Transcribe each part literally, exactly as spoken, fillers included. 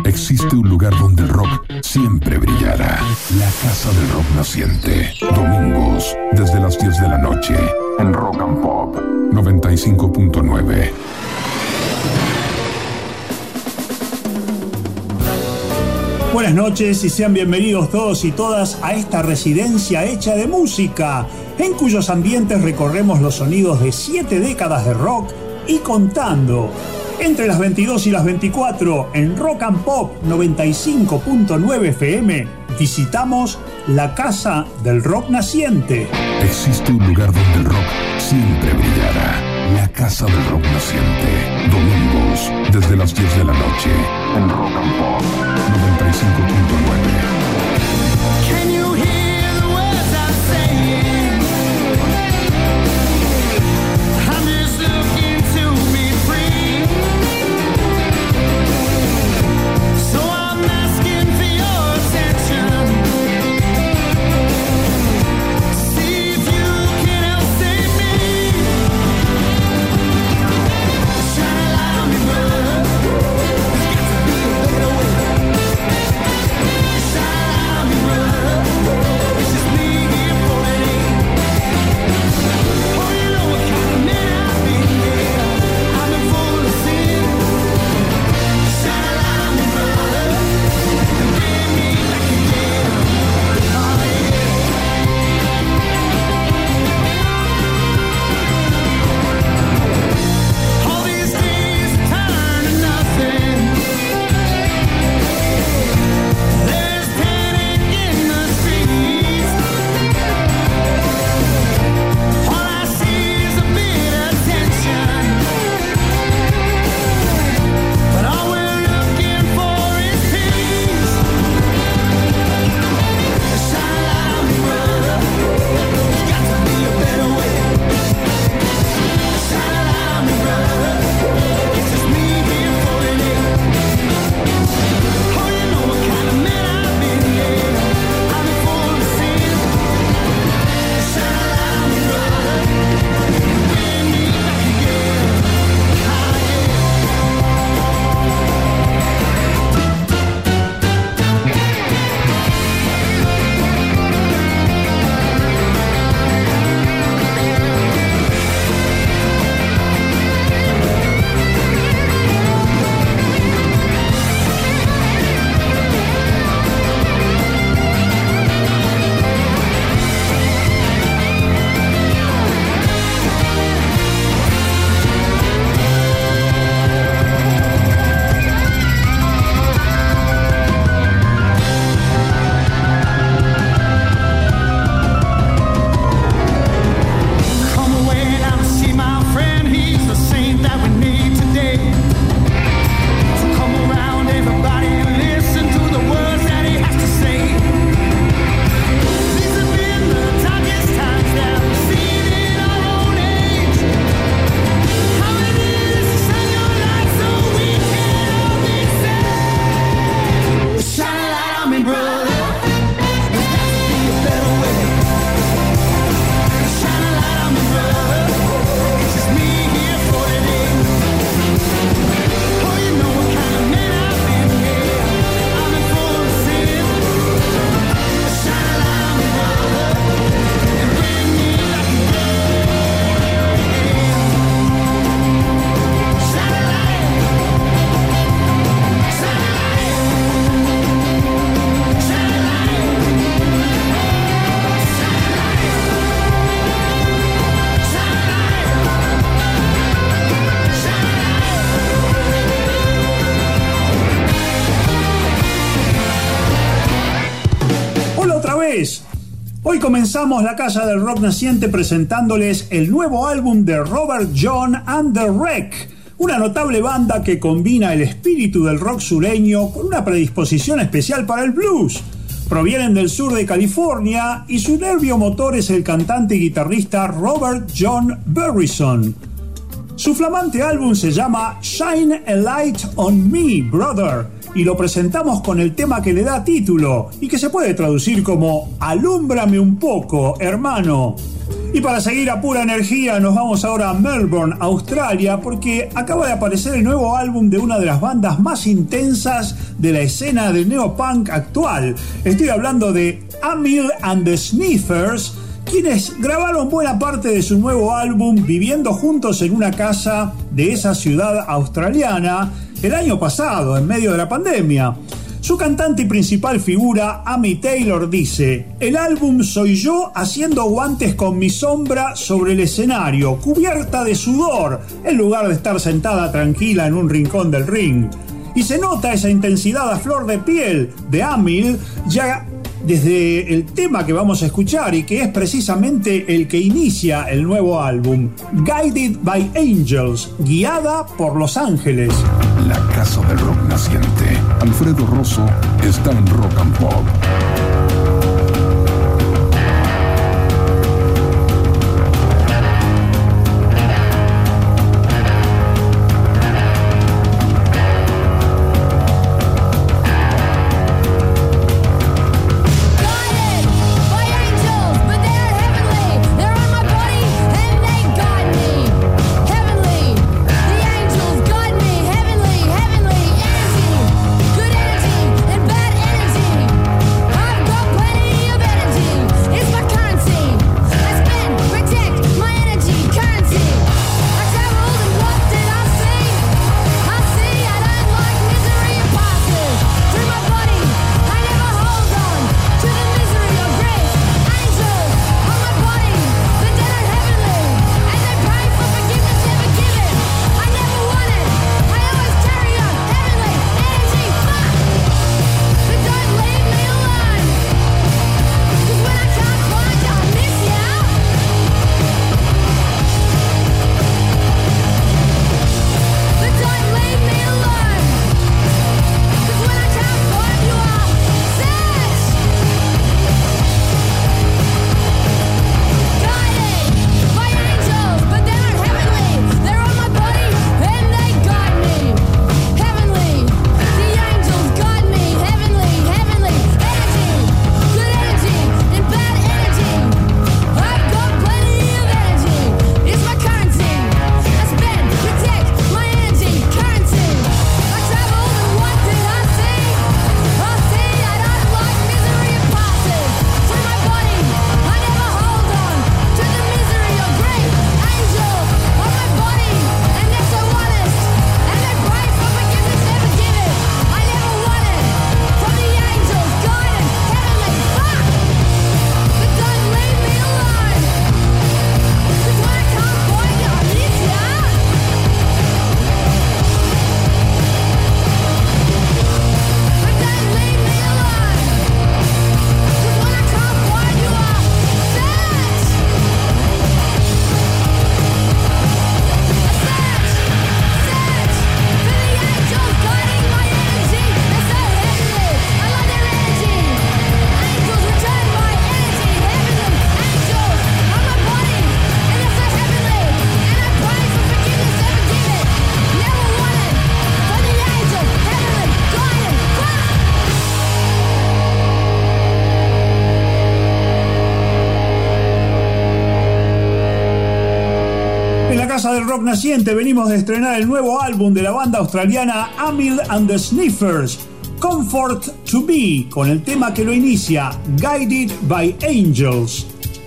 Existe un lugar donde el rock siempre brillará. La Casa del Rock Naciente. Domingos, desde las diez de la noche, en Rock and Pop noventa y cinco punto nueve. Buenas noches y sean bienvenidos todos y todas a esta residencia hecha de música, en cuyos ambientes recorremos los sonidos de siete décadas de rock y contando. Entre las veintidós y las veinticuatro, en Rock and Pop noventa y cinco punto nueve F M, visitamos la Casa del Rock Naciente. Existe un lugar donde el rock siempre brillará. La Casa del Rock Naciente. Domingos, desde las diez de la noche, en Rock and Pop noventa y cinco punto nueve. Can you hear the words I'm saying? I'm just looking to be free. So I'm asking for your attention. See if you can help save me. Shine a light on me, brother. There's got to be a better way. Shine a light on me, brother. It's just me here for it. Oh, you know what kind of man I've been, yeah. I've been full of sin. Shine a light on me, brother, and bring me back again. Oh, yeah. All these days turn to nothing. There's panic in the streets. All I see is a bit of tension. But all we're looking for is peace. Shine a light on me, brother. There's got to be a better way. Shine a light on me, brother. It's just me here for it. Oh, you know what kind of man I've been, yeah. I've been full of sin. Shine a light on me, brother, and bring me back again. Ah, come away now to see my friend. He's the saint that we need today. So come around, everybody, and listen to the words that he has to say. These have been the darkest times that we've seen in our own age. How it is to shine your light so we can all be saved. Shine a light on me, brother. There's got to be a better way. Shine a light on me, brother. It's just me here for today. Oh, you know what kind of man I've been, yeah. I've been full of sin. Shine a light on me, brother, and bring me back again. Shine a light. Shine a light. Shine a light. Shine a light. Shine a light. Shine a Hola otra vez. Hoy comenzamos la Casa del Rock Naciente presentándoles el nuevo álbum de Robert John and the Wreck, una notable banda que combina el espíritu del rock sureño con una predisposición especial para el blues. Provienen del sur de California y su nervio motor es el cantante y guitarrista Robert John Burrison. Su flamante álbum se llama Shine a Light on Me, Brother, y lo presentamos con el tema que le da título y que se puede traducir como Alúmbrame un poco, hermano. Y para seguir a pura energía nos vamos ahora a Melbourne, Australia, porque acaba de aparecer el nuevo álbum de una de las bandas más intensas de la escena del neopunk actual. Estoy hablando de Amyl and the Sniffers, quienes grabaron buena parte de su nuevo álbum viviendo juntos en una casa de esa ciudad australiana el año pasado, en medio de la pandemia. Su cantante y principal figura, Amy Taylor, dice: el álbum soy yo haciendo guantes con mi sombra sobre el escenario, cubierta de sudor, en lugar de estar sentada tranquila en un rincón del ring. Y se nota esa intensidad a flor de piel de Amyl ya desde el tema que vamos a escuchar y que es precisamente el que inicia el nuevo álbum, Guided by Angels, guiada por los ángeles. La casa del rock naciente. Alfredo Rosso está en Rock and Pop. Casa del Rock Naciente venimos de estrenar el nuevo álbum de la banda australiana Amyl and the Sniffers, Comfort to Be, con el tema que lo inicia, Guided by Angels.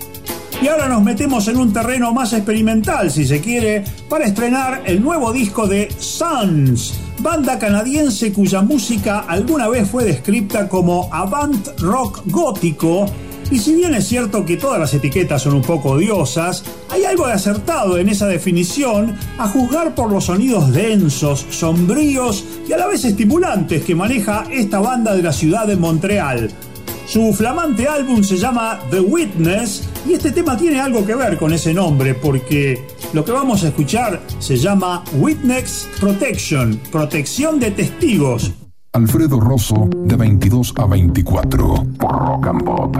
Y ahora nos metemos en un terreno más experimental, si se quiere, para estrenar el nuevo disco de Sons, banda canadiense cuya música alguna vez fue descrita como avant rock gótico. Y si bien es cierto que todas las etiquetas son un poco odiosas, hay algo de acertado en esa definición, a juzgar por los sonidos densos, sombríos y a la vez estimulantes que maneja esta banda de la ciudad de Montreal. Su flamante álbum se llama The Witness y este tema tiene algo que ver con ese nombre porque lo que vamos a escuchar se llama Witness Protection, protección de testigos. Alfredo Rosso, de veintidós a veinticuatro, por Rock and Pop.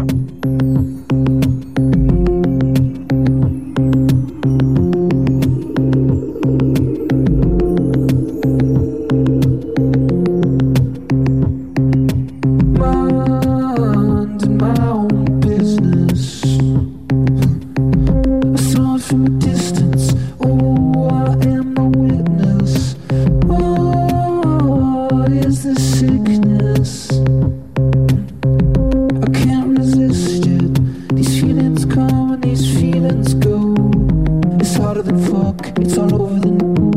Minding my own business. witness. I can't resist it. These feelings come and these feelings go. It's harder than fuck, it's all over the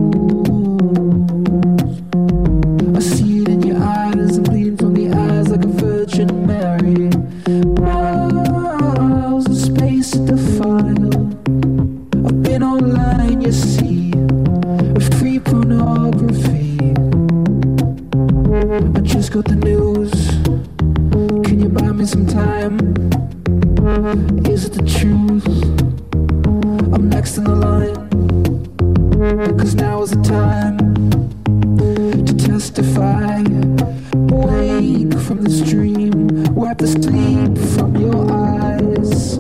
news. I see it in your eyes, I'm bleeding from the eyes like a Virgin Mary. Miles of space to defile. I've been online, you see, with free pornography. I just got the news. Can you buy me some time? Is it the truth? I'm next in the line. Cause now is the time to testify. Wake from this dream. Wipe the sleep from your eyes.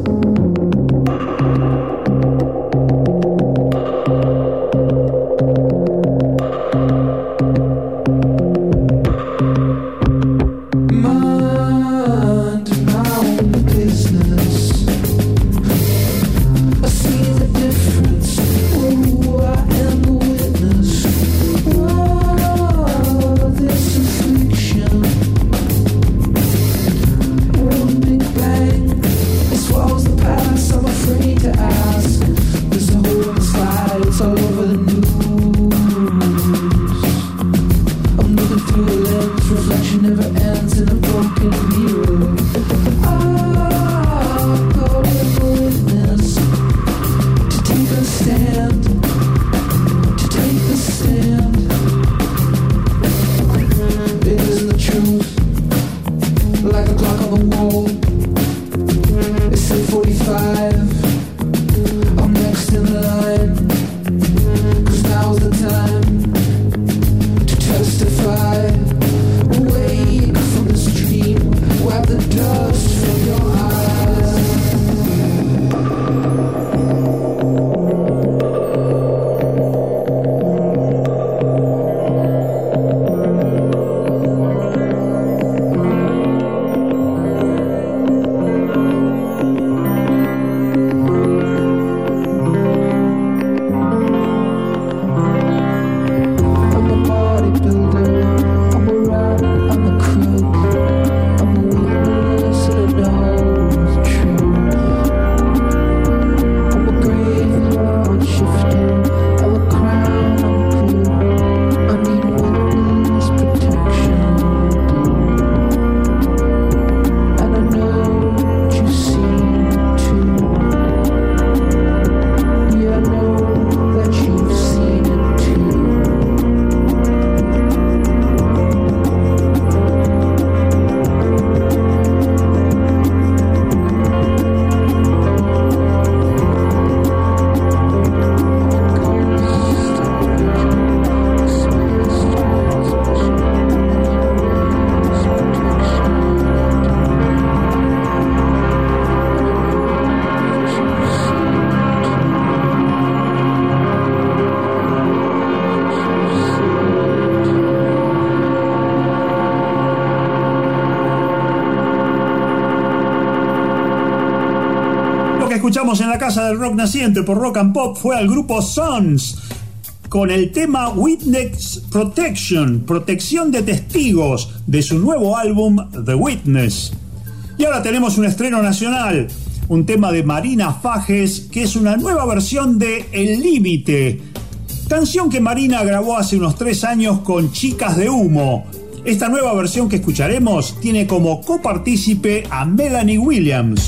Escuchamos en la Casa del Rock Naciente por Rock and Pop fue al grupo Sons con el tema Witness Protection, protección de testigos, de su nuevo álbum The Witness. Y ahora tenemos un estreno nacional, un tema de Marina Fajes, que es una nueva versión de El Límite, canción que Marina grabó hace unos tres años con Chicas de Humo. Esta nueva versión que escucharemos tiene como copartícipe a Melanie Williams.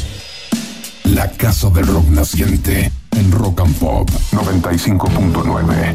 La Casa del Rock Naciente en Rock and Pop noventa y cinco punto nueve.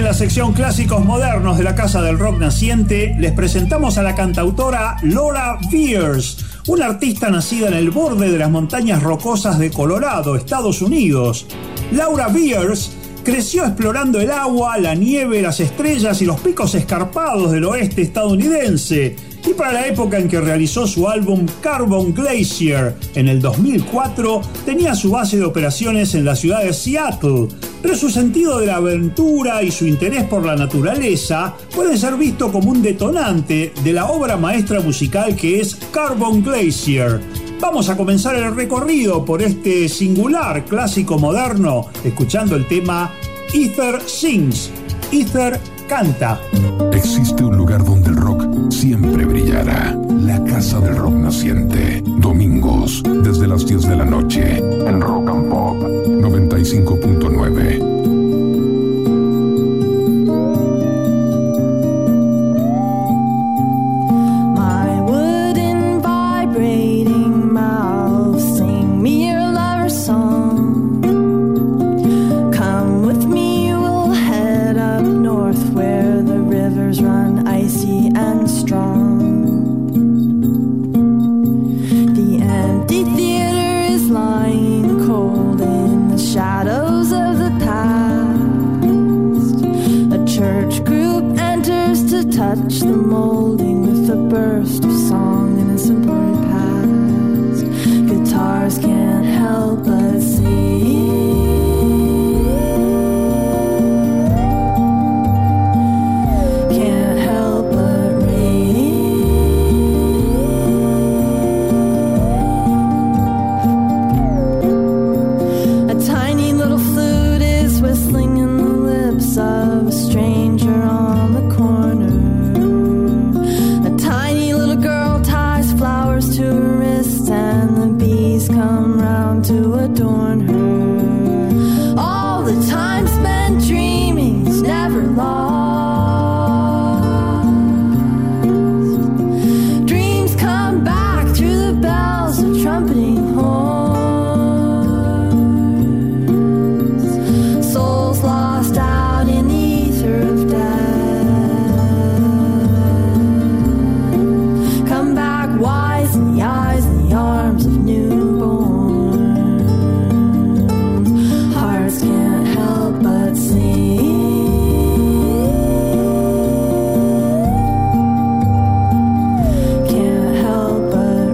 la sección Clásicos Modernos de la Casa del Rock Naciente les presentamos a la cantautora Laura Veirs, una artista nacida en el borde de las montañas rocosas de Colorado, Estados Unidos. Laura Veirs creció explorando el agua, la nieve, las estrellas y los picos escarpados del oeste estadounidense. Y para la época en que realizó su álbum Carbon Glacier en el dos mil cuatro, tenía su base de operaciones en la ciudad de Seattle. Pero su sentido de la aventura y su interés por la naturaleza pueden ser visto como un detonante de la obra maestra musical que es Carbon Glacier. Vamos a comenzar el recorrido por este singular clásico moderno escuchando el tema Ether Sings. Ether canta. Existe un lugar donde el rock siempre brillará. La Casa del Rock Naciente. Domingos, desde las diez de la noche. En Rock and Pop noventa y cinco punto nueve. Touch the molding with a burst of song and a simple repast. Guitars can't help but sing. Can't help but ring. A tiny little flute is whistling in the lips of a stranger on the corner. To her wrist and the bees come round to adorn her. All the time spent dreaming is never lost. Dreams come back through the bells of trumpeting horns. Souls lost out in the ether of death. Come back wise in the eyes and the arms of newborns. Hearts can't help but sing. Can't help but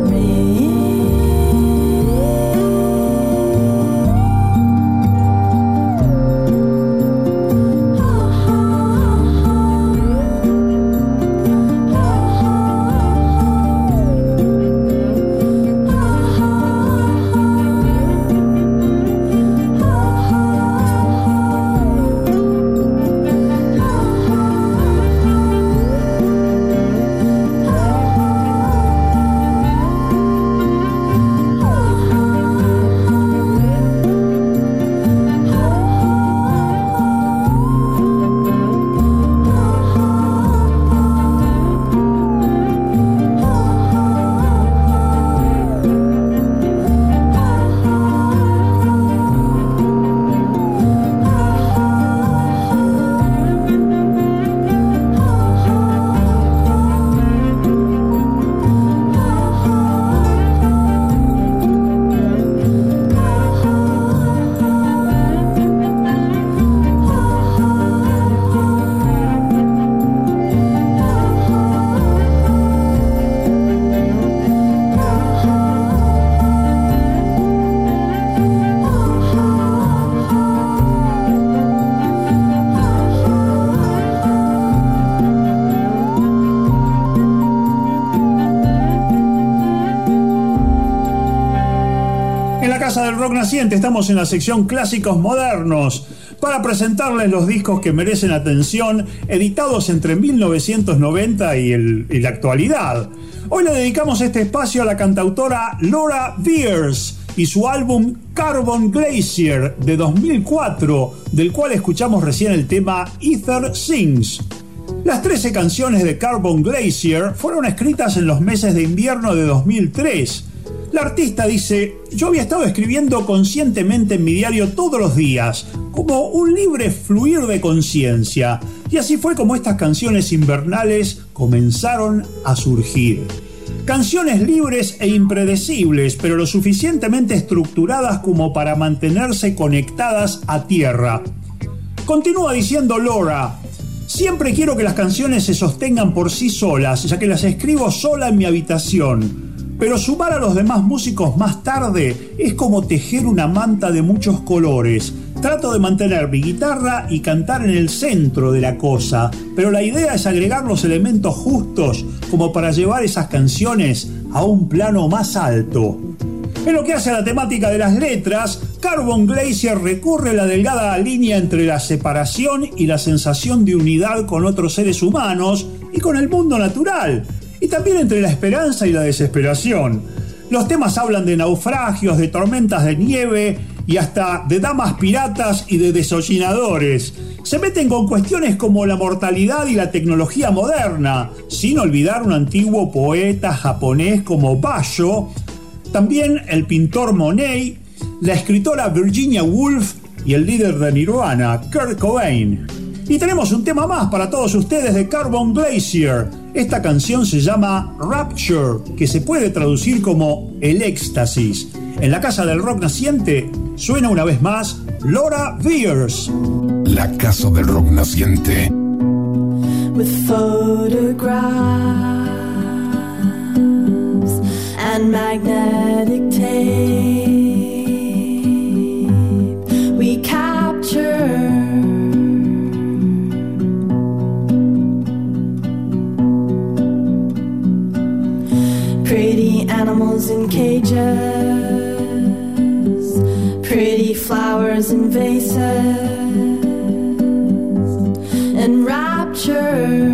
Casa del Rock Naciente, estamos en la sección Clásicos Modernos para presentarles los discos que merecen atención, editados entre mil novecientos noventa y, el, y la actualidad. Hoy le dedicamos este espacio a la cantautora Laura Veirs y su álbum Carbon Glacier de dos mil cuatro, del cual escuchamos recién el tema Ether Sings. Las trece canciones de Carbon Glacier fueron escritas en los meses de invierno de dos mil tres. La artista dice: yo había estado escribiendo conscientemente en mi diario todos los días, como un libre fluir de conciencia, y así fue como estas canciones invernales comenzaron a surgir. Canciones libres e impredecibles, pero lo suficientemente estructuradas como para mantenerse conectadas a tierra. Continúa diciendo Laura: siempre quiero que las canciones se sostengan por sí solas, ya que las escribo sola en mi habitación. Pero sumar a los demás músicos más tarde es como tejer una manta de muchos colores. Trato de mantener mi guitarra y cantar en el centro de la cosa, pero la idea es agregar los elementos justos como para llevar esas canciones a un plano más alto. En lo que hace a la temática de las letras, Carbon Glacier recorre la delgada línea entre la separación y la sensación de unidad con otros seres humanos y con el mundo natural, y también entre la esperanza y la desesperación. Los temas hablan de naufragios, de tormentas de nieve y hasta de damas piratas y de desollinadores. Se meten con cuestiones como la mortalidad y la tecnología moderna, sin olvidar un antiguo poeta japonés como Basho, también el pintor Monet, la escritora Virginia Woolf y el líder de Nirvana, Kurt Cobain. Y tenemos un tema más para todos ustedes de Carbon Glacier. Esta canción se llama Rapture, que se puede traducir como el éxtasis. En la Casa del Rock Naciente suena una vez más Laura Veers. La Casa del Rock Naciente. With photographs and magnetic tape, we capture pretty animals in cages, pretty flowers in vases, and rapture.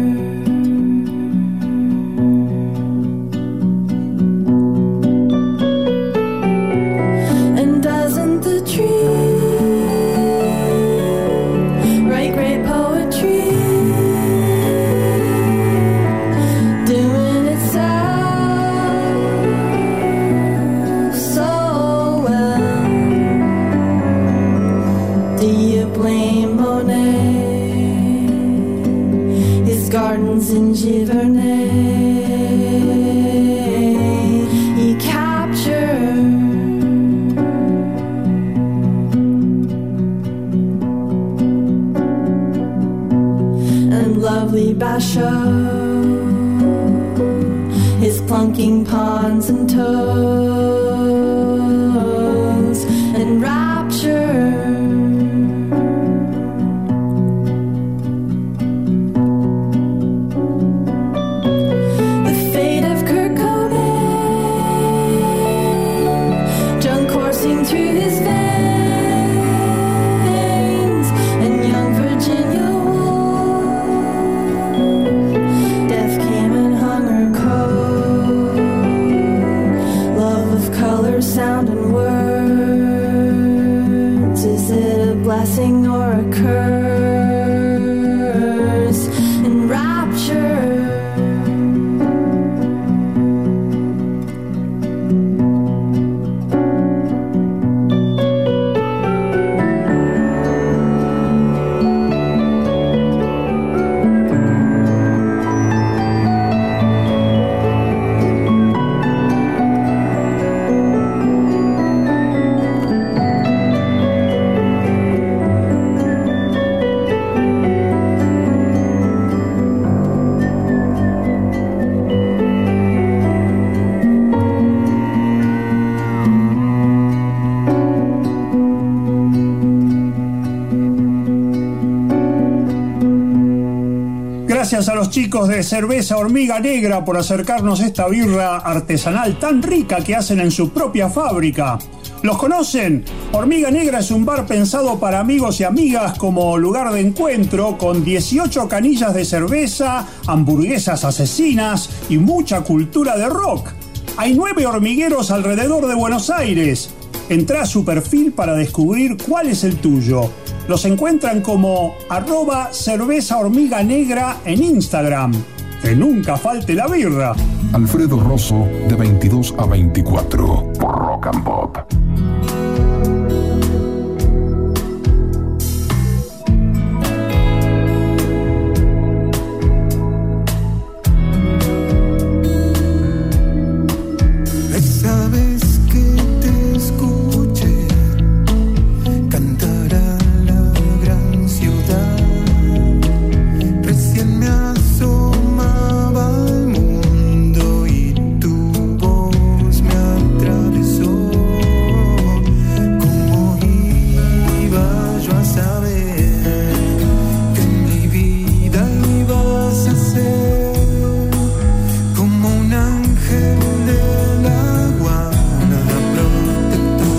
And doesn't the tree write great poetry, doing itself so well? Do you blame Monet, his gardens in Giverny? He captured and lovely Basho, his plunking ponds and toads, and rapture. The fate of Kurt Cobain, drunk coursing through his veins, and young Virginia Woolf, death came and hung her coat. Love of color, sound, and words, is it a blessing or a curse? And rapture. Gracias a los chicos de Cerveza Hormiga Negra por acercarnos esta birra artesanal tan rica que hacen en su propia fábrica. ¿Los conocen? Hormiga Negra es un bar pensado para amigos y amigas como lugar de encuentro, con dieciocho canillas de cerveza, hamburguesas asesinas y mucha cultura de rock. Hay nueve hormigueros alrededor de Buenos Aires. Entrá a su perfil para descubrir cuál es el tuyo. Los encuentran como arroba cerveza hormiga negra en Instagram. Que nunca falte la birra. Alfredo Rosso de veintidós a veinticuatro por Rock and Pop. Esa vez que te escuché cantar a la gran ciudad, recién me asomaba al mundo y tu voz me atravesó. ¿Cómo iba yo a saber que en mi vida ibas a ser como un ángel de la guarda protector?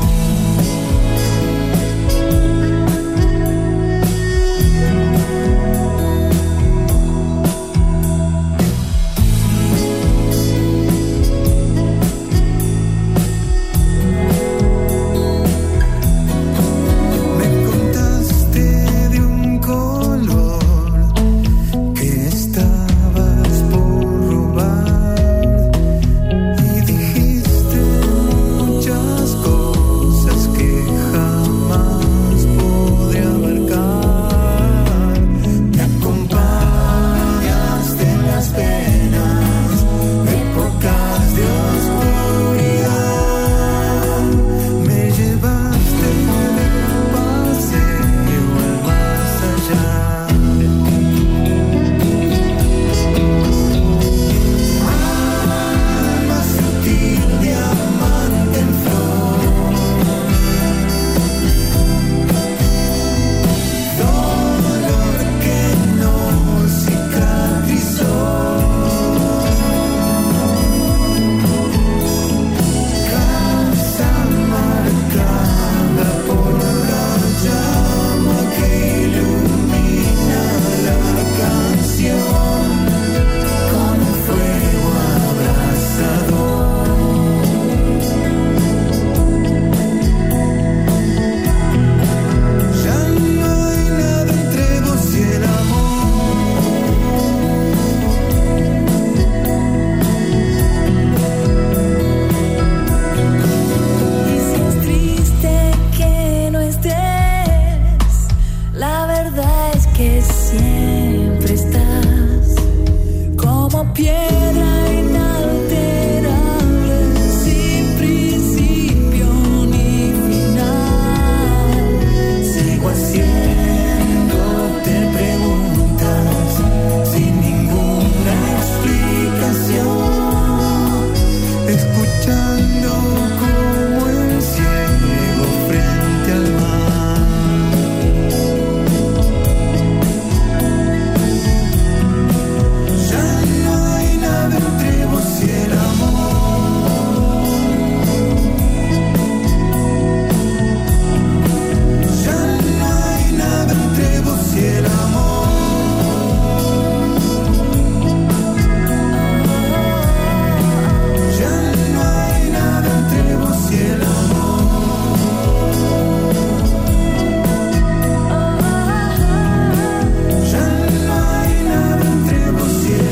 Me contaste de un color que estabas por robar y dijiste muchas cosas que jamás podré abarcar. Me acompañaste en las penas, épocas de oscuridad. Me llevaste de paseo al más allá. Alma sutil, diamante en flor, dolor que no cicatrizó, casa marcada por la llama que ilumina la canción con fuego abrasador. Ya no hay nada entre vos y el Y si es triste que no estés, la verdad es que siempre estás como piedra inalterable, sin principio ni final. Sigo haciéndote preguntas sin ninguna explicación, escuchando como el ciego frente al mar. Ya no hay nada entre vos y el amor. Ya no hay nada entre vos y el amor. Ya no hay nada entre vos y el amor. Ya no hay nada entre vos y el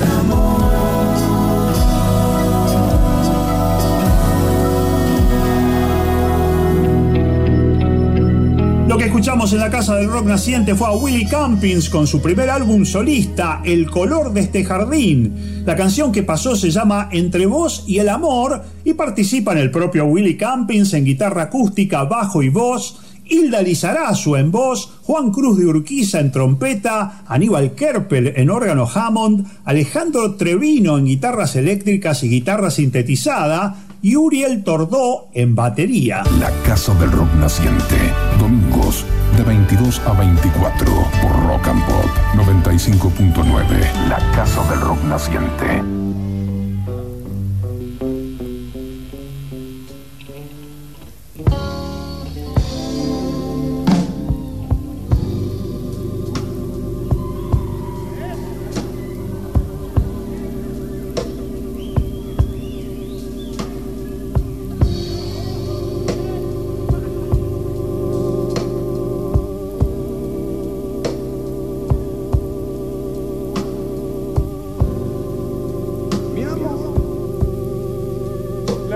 Lo que escuchamos en la Casa del Rock Naciente fue a Willie Campins con su primer álbum solista, El color de este jardín. La canción que pasó se llama Entre vos y el amor y participan el propio Willie Campins en guitarra acústica, bajo y voz, Hilda Lizarazu en voz, Juan Cruz de Urquiza en trompeta, Aníbal Kerpel en órgano Hammond, Alejandro Trevino en guitarras eléctricas y guitarra sintetizada y Uriel Tordó en batería. La Casa del Rock Naciente, domingos de veintidós a veinticuatro por Rock and Pop noventa y cinco punto nueve. La Casa del Rock Naciente.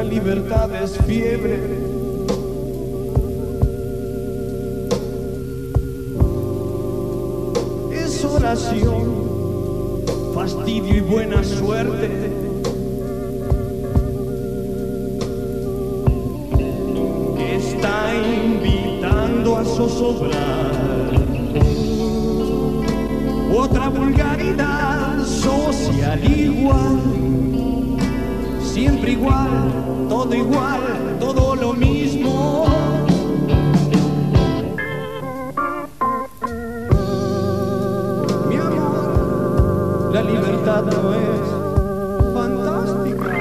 libertad es fiebre. Es oración, fastidio y buena suerte. Que está invitando a zozobrar. Otra vulgaridad social igual. Siempre igual, todo igual, todo lo mismo. Mi amor, la libertad no es fantástica.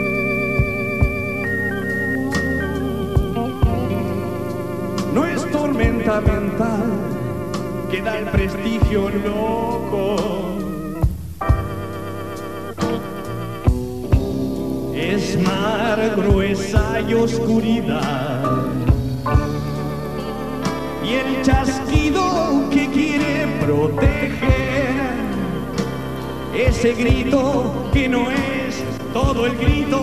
No es tormenta mental que da el prestigio loco. Es mar gruesa y oscuridad, y el chasquido que quiere proteger, ese grito que no es todo el grito.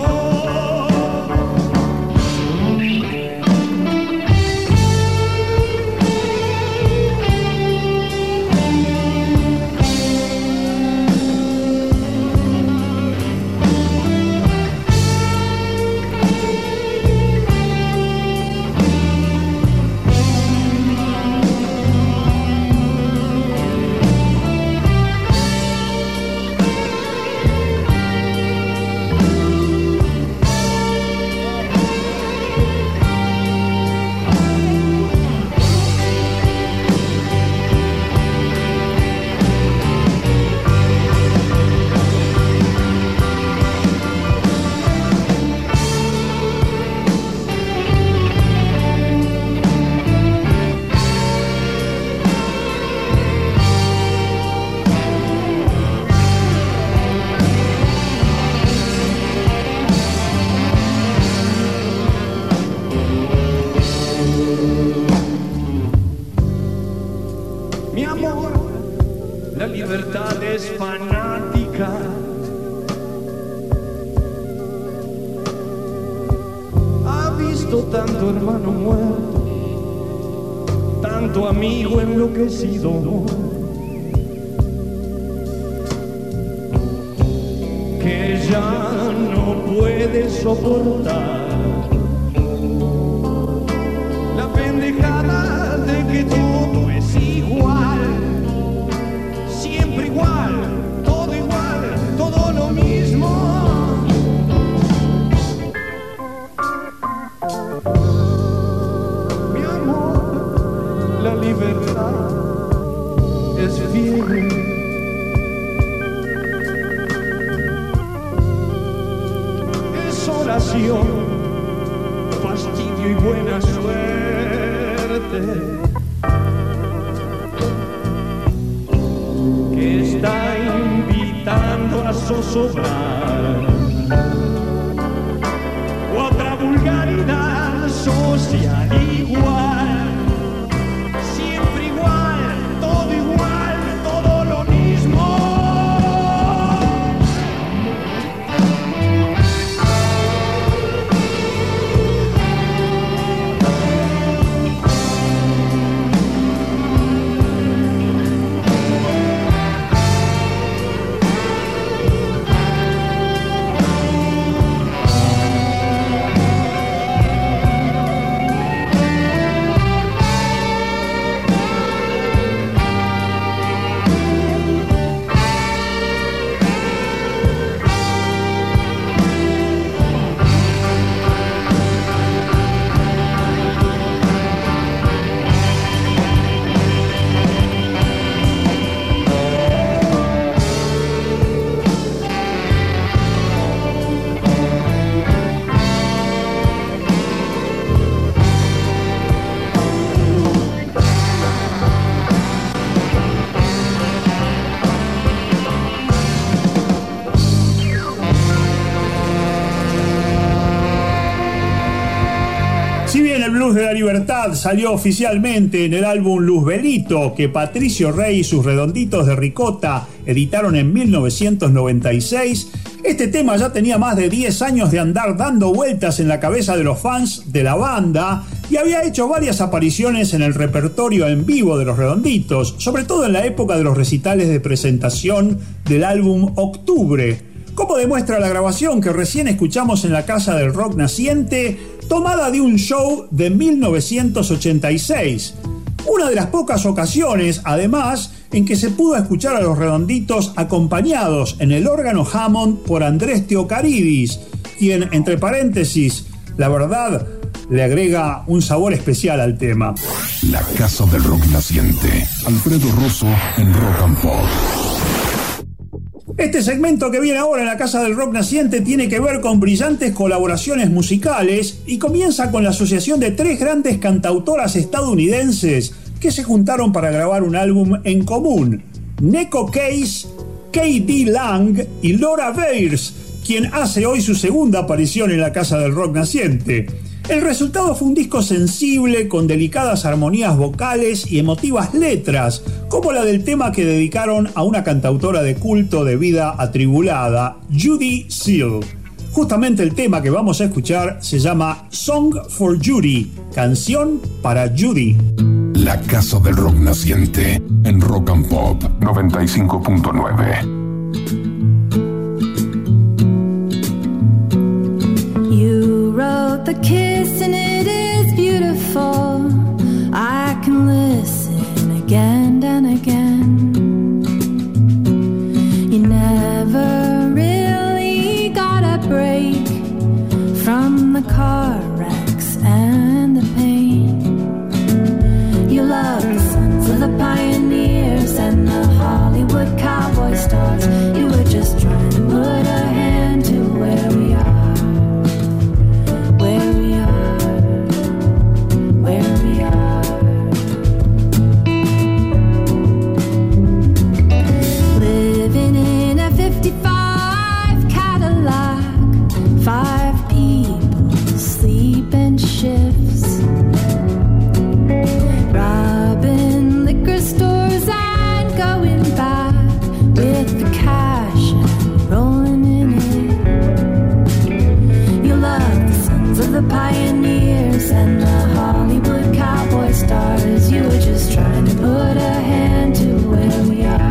Tanto hermano muerto, tanto amigo enloquecido, que ya no puede soportar la pendejada de que todo es igual, siempre igual, todo igual, todo lo mismo. La libertad es fiebre. Es oración, fastidio y buena suerte. Que está invitando a zozobrar. Otra vulgaridad social igual. Luz de la Libertad salió oficialmente en el álbum Luzbelito, que Patricio Rey y sus Redonditos de Ricota editaron en mil novecientos noventa y seis. Este tema ya tenía más de diez años de andar dando vueltas en la cabeza de los fans de la banda y había hecho varias apariciones en el repertorio en vivo de los Redonditos, sobre todo en la época de los recitales de presentación del álbum Octubre, como demuestra la grabación que recién escuchamos en la Casa del Rock Naciente, tomada de un show de mil novecientos ochenta y seis. Una de las pocas ocasiones, además, en que se pudo escuchar a los Redonditos acompañados en el órgano Hammond por Andrés Teocaridis, quien, entre paréntesis, la verdad, le agrega un sabor especial al tema. La Casa del Rock Naciente. Alfredo Rosso en Rock and Pop. Este segmento que viene ahora en la Casa del Rock Naciente tiene que ver con brillantes colaboraciones musicales y comienza con la asociación de tres grandes cantautoras estadounidenses que se juntaron para grabar un álbum en común: Neko Case, K D Lang y Laura Byers, quien hace hoy su segunda aparición en la Casa del Rock Naciente. El resultado fue un disco sensible, con delicadas armonías vocales y emotivas letras, como la del tema que dedicaron a una cantautora de culto de vida atribulada, Judy Seal. Justamente el tema que vamos a escuchar se llama Song for Judy, canción para Judy. La Casa del Rock Naciente en Rock and Pop noventa y cinco punto nueve. You wrote the kiss and it is beautiful. I can listen again and again. You never really got a break from the car wrecks and the pain. You love the sons of the pioneers and the Hollywood cowboy stars. You were just trying to put a hand to where we are. Five people sleep in shifts, robbing liquor stores and going back with the cash and rolling in it. You love the sons of the pioneers and the Hollywood cowboy stars. You were just trying to put a hand to where we are.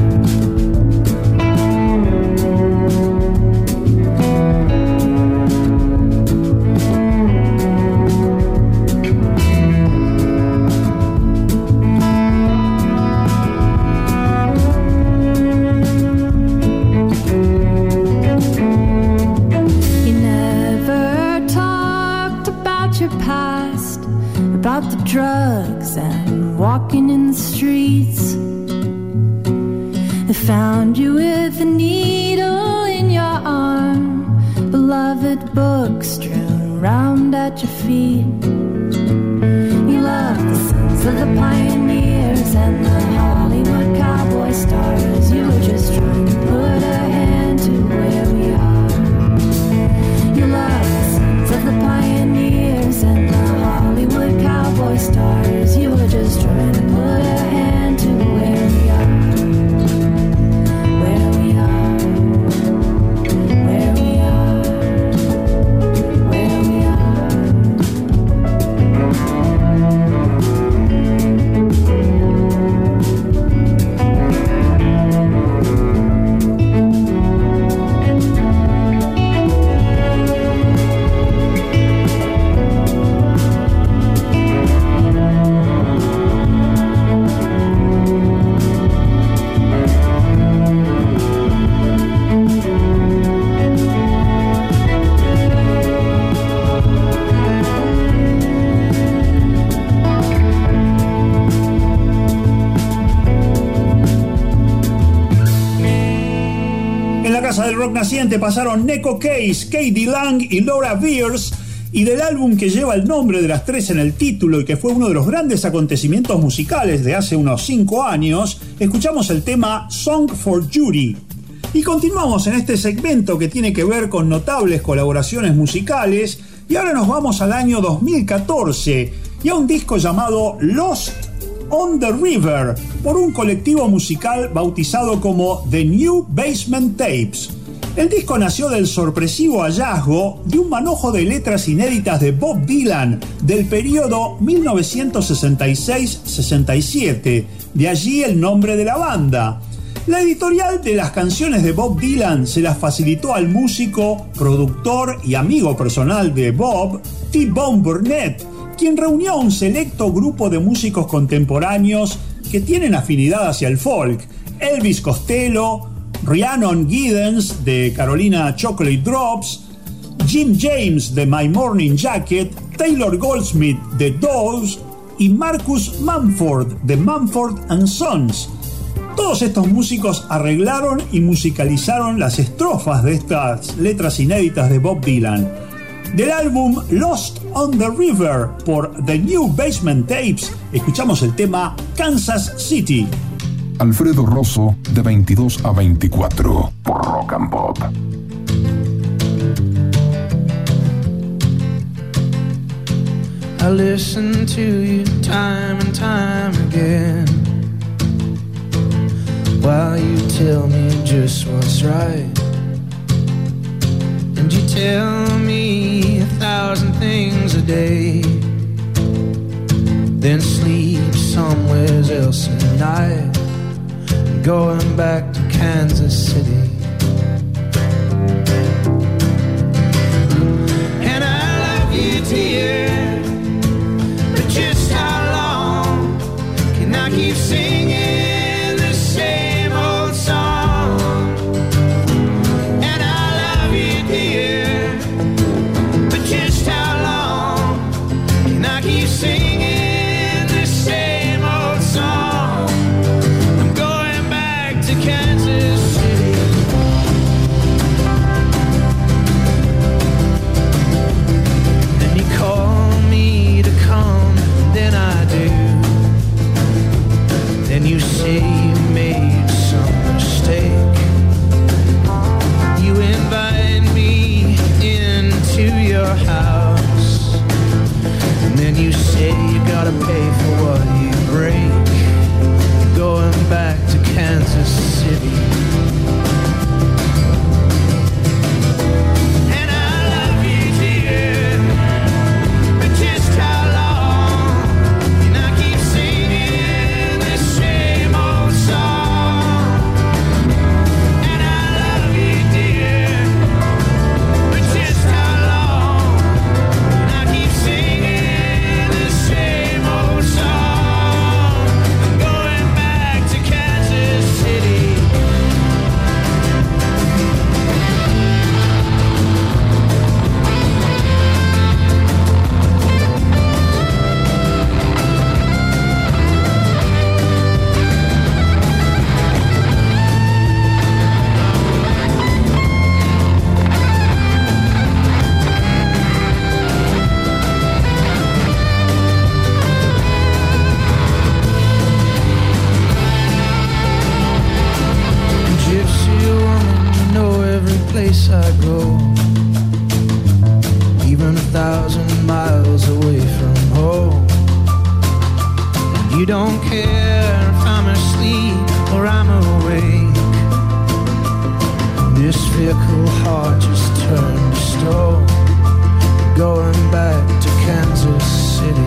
About the drugs and walking in the streets. They found you with a needle in your arm, beloved books strewn round at your feet. You love the sons of the pioneers and the Hollywood cowboy stars. You were just trying to put a hand to where we are. You love the sons of the pioneers and the Hollywood cowboy stars. You were just trying to put a hand to where we are. Where we are. Where we are. Where we are. Del rock naciente pasaron Neko Case, K D Lang y Laura Byers, y del álbum que lleva el nombre de las tres en el título y que fue uno de los grandes acontecimientos musicales de hace unos cinco años, escuchamos el tema Song for Judy. Y continuamos en este segmento que tiene que ver con notables colaboraciones musicales Y ahora nos vamos al año dos mil catorce y a un disco llamado Lost on the River por un colectivo musical bautizado como The New Basement Tapes. El disco nació del sorpresivo hallazgo de un manojo de letras inéditas de Bob Dylan del periodo mil novecientos sesenta y seis sesenta y siete, de allí el nombre de la banda. La editorial de las canciones de Bob Dylan se las facilitó al músico, productor y amigo personal de Bob, T-Bone Burnett, quien reunió a un selecto grupo de músicos contemporáneos que tienen afinidad hacia el folk: Elvis Costello, Rhiannon Giddens de Carolina Chocolate Drops, Jim James de My Morning Jacket, Taylor Goldsmith de Dolls y Marcus Mumford de Mumford and Sons. Todos estos músicos arreglaron y musicalizaron las estrofas de estas letras inéditas de Bob Dylan. Del álbum Lost on the River por The New Basement Tapes, escuchamos el tema Kansas City. Alfredo Rosso, de veintidós a veinticuatro, por Rock and Pop. I listen to you time and time again, while you tell me just what's right. And you tell me a thousand things a day, then sleep somewhere else at night, going back to Kansas City. And I love you, dear, but just how long can I keep singing the same old song? And I love you, dear, but just how long can I keep singing the same old song? I'm going back to Kansas City. Then you call me to come, then I do. Then you say you made some mistake. You invite me into your house, and then you say you gotta pay for what you break. Going back to Kansas City. And I love you, dear, but just how long can I keep singing the same old song? And I love you, dear, but just how long can I keep singing the same old song? I'm going back to Kansas City. Gypsy woman, you know every place I go, even a thousand miles away from home. And you don't care if I'm asleep or I'm awake. This fickle heart just turned to stone, going back to Kansas City.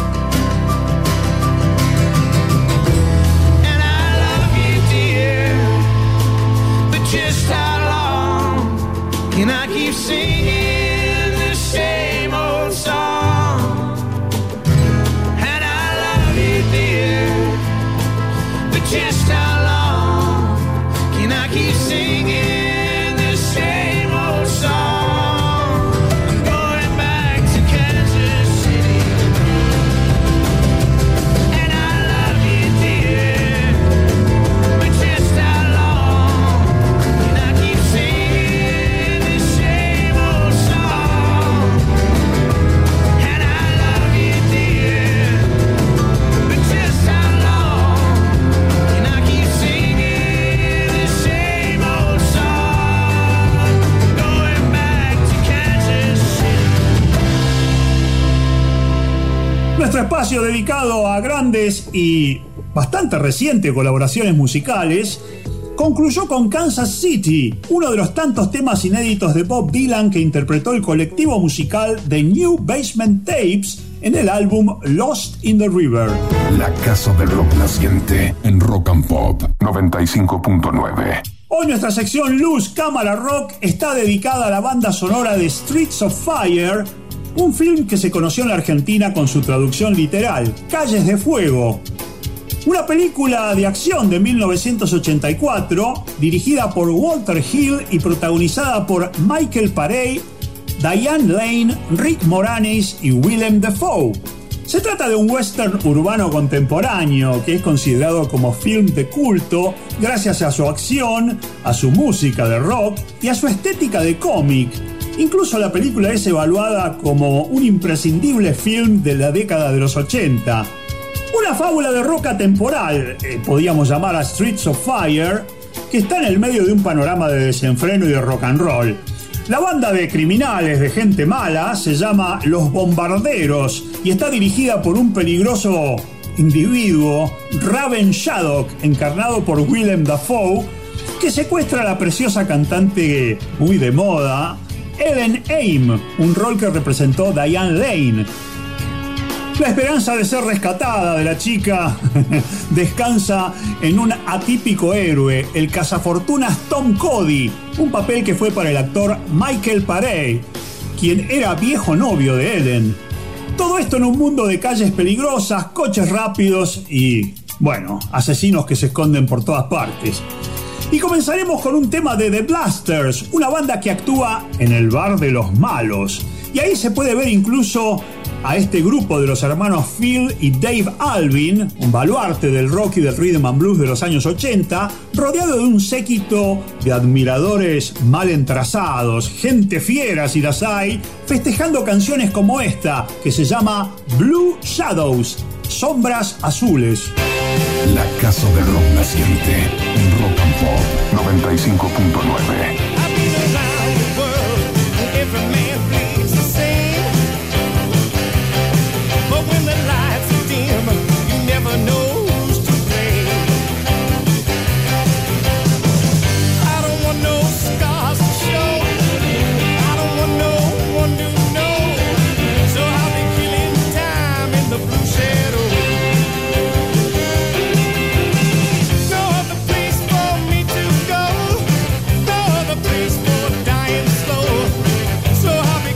And I love you, dear, but just how long can I keep singing the same old song? And I love you, dear, but just how long can I keep singing the same old song? I'm going back to Kansas City. And I love you, dear, but just how long can I keep singing the same old song? And I love you, dear, but just how long can I keep espacio dedicado a grandes y bastante recientes colaboraciones musicales concluyó con Kansas City, uno de los tantos temas inéditos de Bob Dylan que interpretó el colectivo musical The New Basement Tapes en el álbum Lost in the River. La casa del rock naciente en Rock and Pop noventa y cinco punto nueve. Hoy nuestra sección Luz, Cámara, Rock está dedicada a la banda sonora de Streets of Fire, un film que se conoció en la Argentina con su traducción literal, Calles de Fuego. Una película de acción de mil novecientos ochenta y cuatro, dirigida por Walter Hill y protagonizada por Michael Paré, Diane Lane, Rick Moranis y Willem Dafoe. Se trata de un western urbano contemporáneo que es considerado como film de culto gracias a su acción, a su música de rock y a su estética de cómic. Incluso la película es evaluada como un imprescindible film de la década de los ochenta. Una fábula de rock atemporal, eh, podíamos llamar a Streets of Fire, que está en el medio de un panorama de desenfreno y de rock and roll. La banda de criminales, de gente mala, se llama Los Bombarderos y está dirigida por un peligroso individuo, Raven Shaddock, encarnado por Willem Dafoe, que secuestra a la preciosa cantante muy de moda, Ellen Aim, un rol que representó Diane Lane. La esperanza de ser rescatada de la chica descansa en un atípico héroe, el cazafortunas Tom Cody, un papel que fue para el actor Michael Paré, quien era viejo novio de Ellen. Todo esto en un mundo de calles peligrosas, coches rápidos y, bueno, asesinos que se esconden por todas partes. Y comenzaremos con un tema de The Blasters, una banda que actúa en el bar de los malos. Y ahí se puede ver incluso a este grupo de los hermanos Phil y Dave Alvin, un baluarte del rock y del rhythm and blues de los años ochenta, rodeado de un séquito de admiradores mal entrazados, gente fiera si las hay, festejando canciones como esta, que se llama Blue Shadows, Sombras Azules. La casa del rock naciente en Rock and Pop noventa y cinco punto nueve. I've been around the world, and every man plays the same. But when the lights are dim, you never know who's to blame. I don't want no scars to show. I don't want no one to know. So I'll be killing time in the blue shadow. No other place for me to go. No other place for dying slow. So I'll be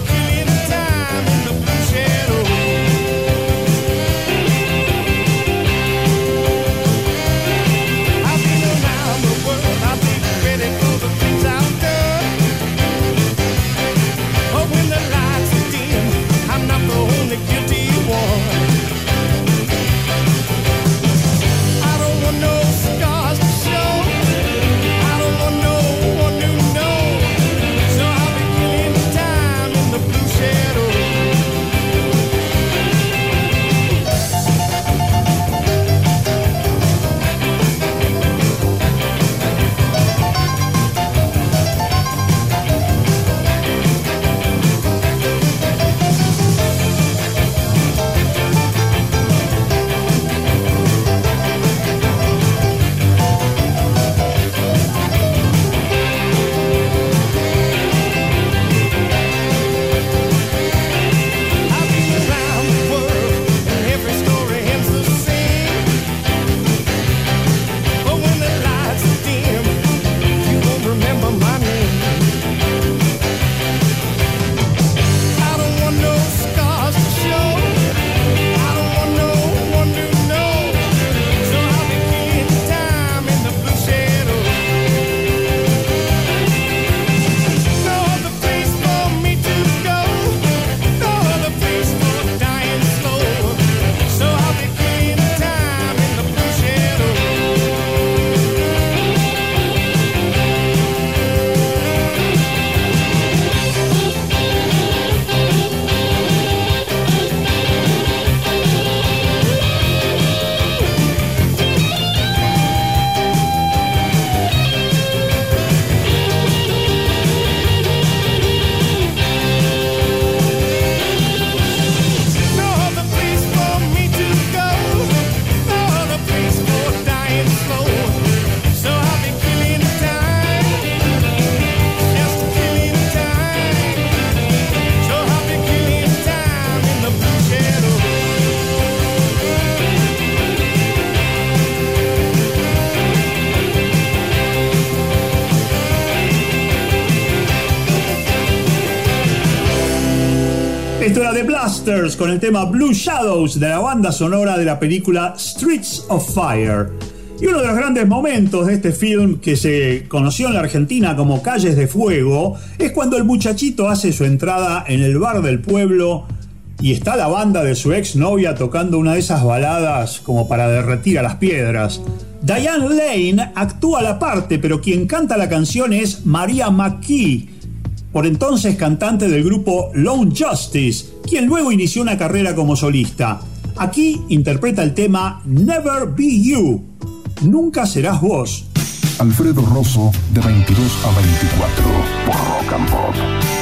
The Blasters con el tema Blue Shadows de la banda sonora de la película Streets of Fire. Y uno de los grandes momentos de este film, que se conoció en la Argentina como Calles de Fuego, es cuando el muchachito hace su entrada en el bar del pueblo y está la banda de su ex novia tocando una de esas baladas como para derretir a las piedras. Diane Lane actúa la parte, pero quien canta la canción es Maria McKee, por entonces cantante del grupo Lone Justice, quien luego inició una carrera como solista. Aquí interpreta el tema Never Be You, Nunca Serás Vos. Alfredo Rosso, de veintidós a veinticuatro, por Rock and Pop.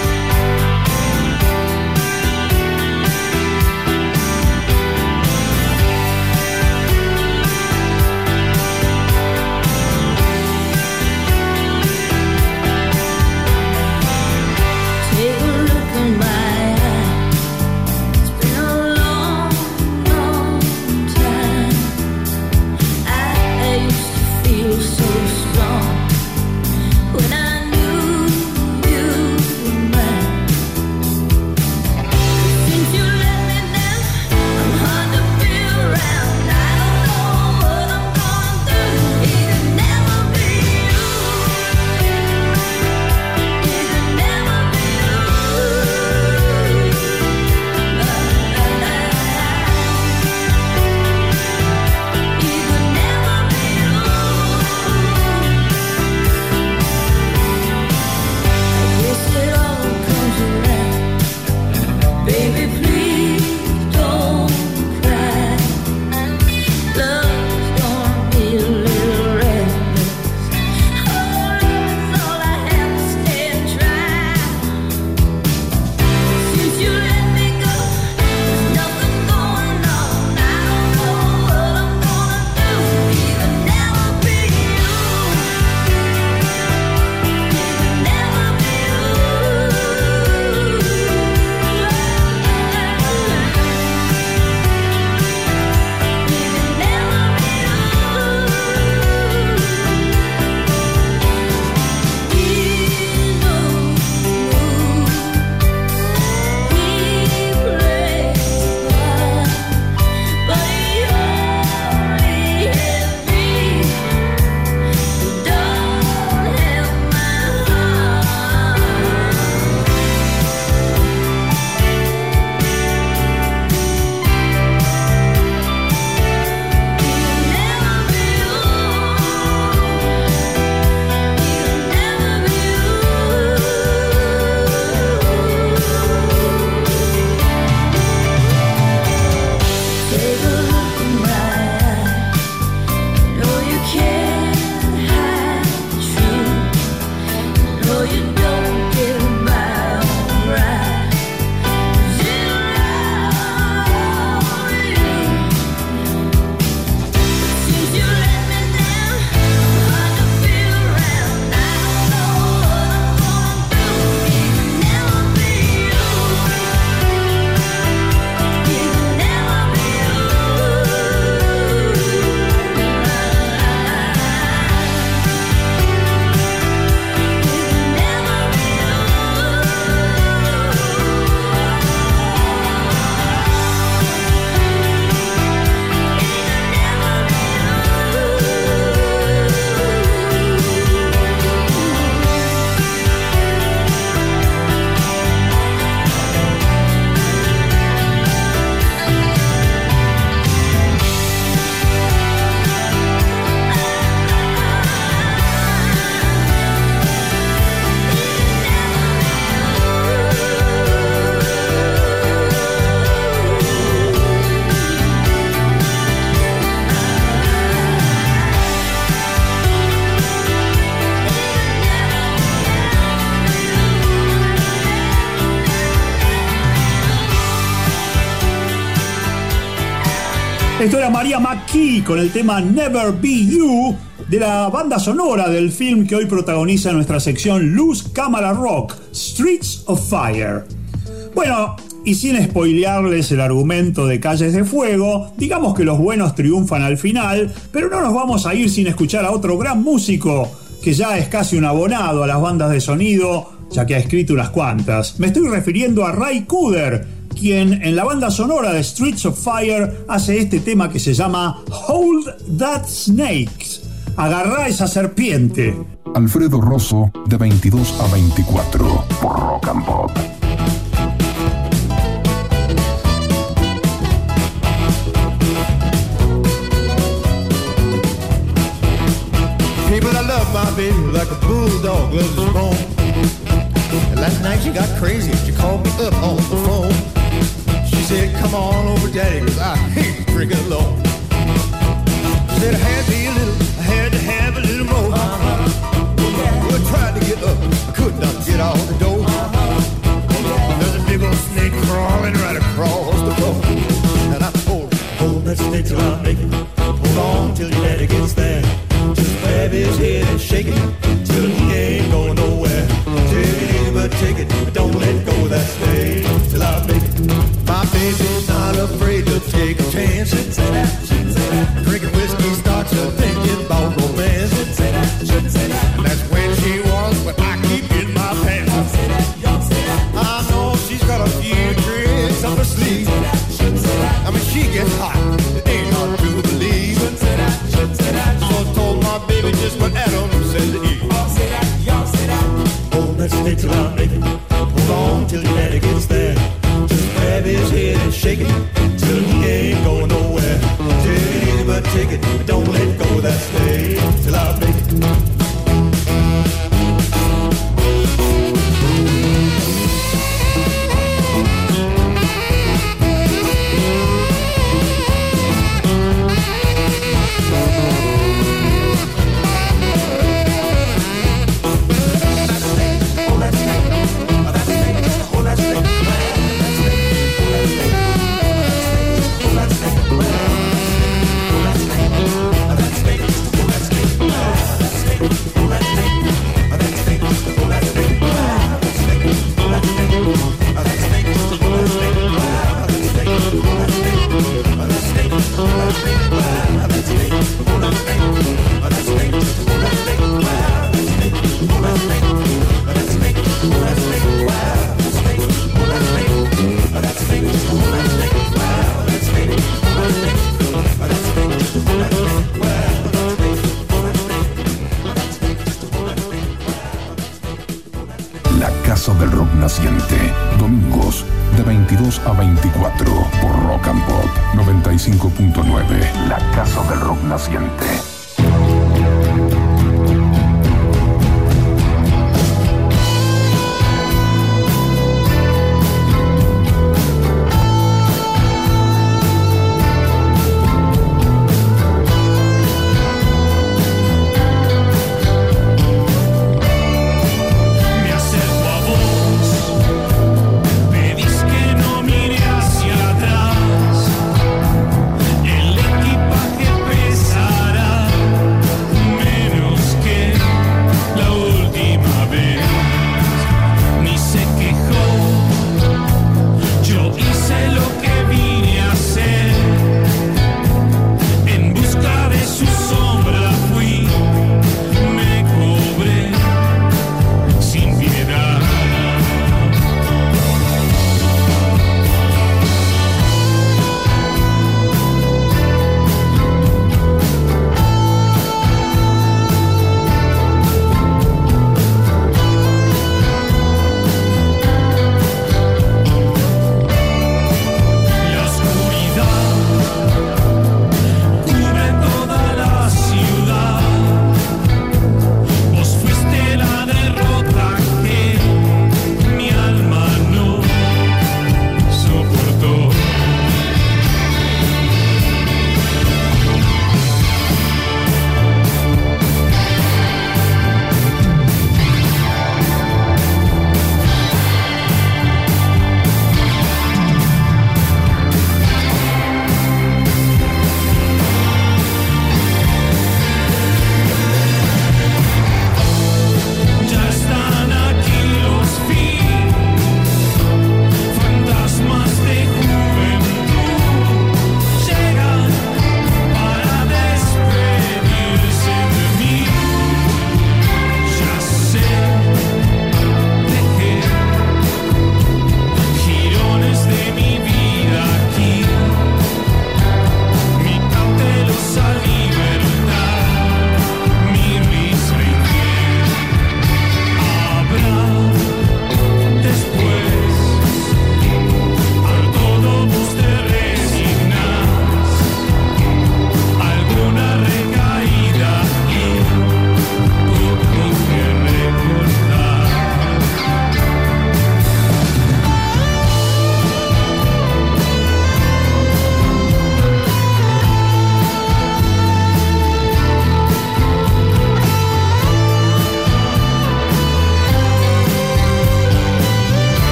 When I knew you Esto era Maria McKee con el tema Never Be You de la banda sonora del film que hoy protagoniza nuestra sección Luz Cámara Rock, Streets of Fire. Bueno, y sin spoilearles el argumento de Calles de Fuego, digamos que los buenos triunfan al final, pero no nos vamos a ir sin escuchar a otro gran músico que ya es casi un abonado a las bandas de sonido, ya que ha escrito unas cuantas. Me estoy refiriendo a Ray Cooder, quien en la banda sonora de Streets of Fire hace este tema que se llama Hold That Snake. Agarrá esa serpiente. Alfredo Rosso, de veintidós a veinticuatro, por Rock and Pop. People, I love my baby like a bulldog loves his bone. And last night she got crazy, she called me up on the phone. She said, come on over, daddy, cause I hate drinking alone. She said I had to be a little, I had to have a little more. Uh-huh. Well, I tried to get up, I could not get out the door. Uh-huh. There's a big old snake crawling right across the floor. And I told her, hold that snake till I make it. Hold on till your daddy gets there. Just grab his head and shake it till he ain't going nowhere. Take it easy, but take it, but don't let go of that snake till I make it. My baby's not afraid to take a chance. Drinking whiskey starts her thinking about romance. And that's when she wants what I keep in my pants. I know she's got a few tricks up her sleeve. I mean, she gets hot, it ain't hard to believe. So told my baby just what Adam said to Eve. Hold that snake till I make it. Hold on till your daddy gets there. Just grab his head and shake it till he ain't going nowhere. Take it easy, but take it, but don't let go of that snake till I make it. Del Rock Naciente, domingos de veintidós a veinticuatro por Rock and Pop noventa y cinco punto nueve. La Casa del Rock Naciente. El equipaje pesará.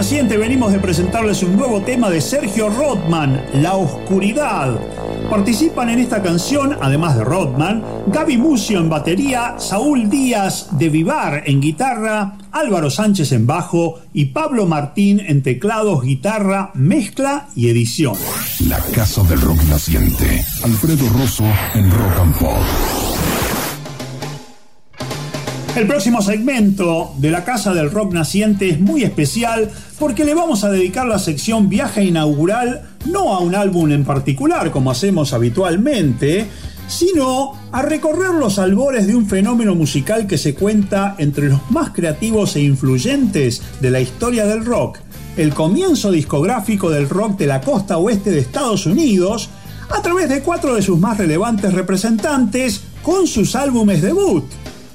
Naciente venimos de presentarles un nuevo tema de Sergio Rodman, La Oscuridad. Participan en esta canción, además de Rodman, Gaby Mucio en batería, Saúl Díaz de Vivar en guitarra, Álvaro Sánchez en bajo y Pablo Martín en teclados, guitarra, mezcla y edición. La Casa del Rock Naciente. Alfredo Rosso en Rock and Pop. El próximo segmento de la Casa del Rock Naciente es muy especial porque le vamos a dedicar la sección viaje inaugural no a un álbum en particular como hacemos habitualmente, sino a recorrer los albores de un fenómeno musical que se cuenta entre los más creativos e influyentes de la historia del rock, el comienzo discográfico del rock de la costa oeste de Estados Unidos, a través de cuatro de sus más relevantes representantes con sus álbumes debut.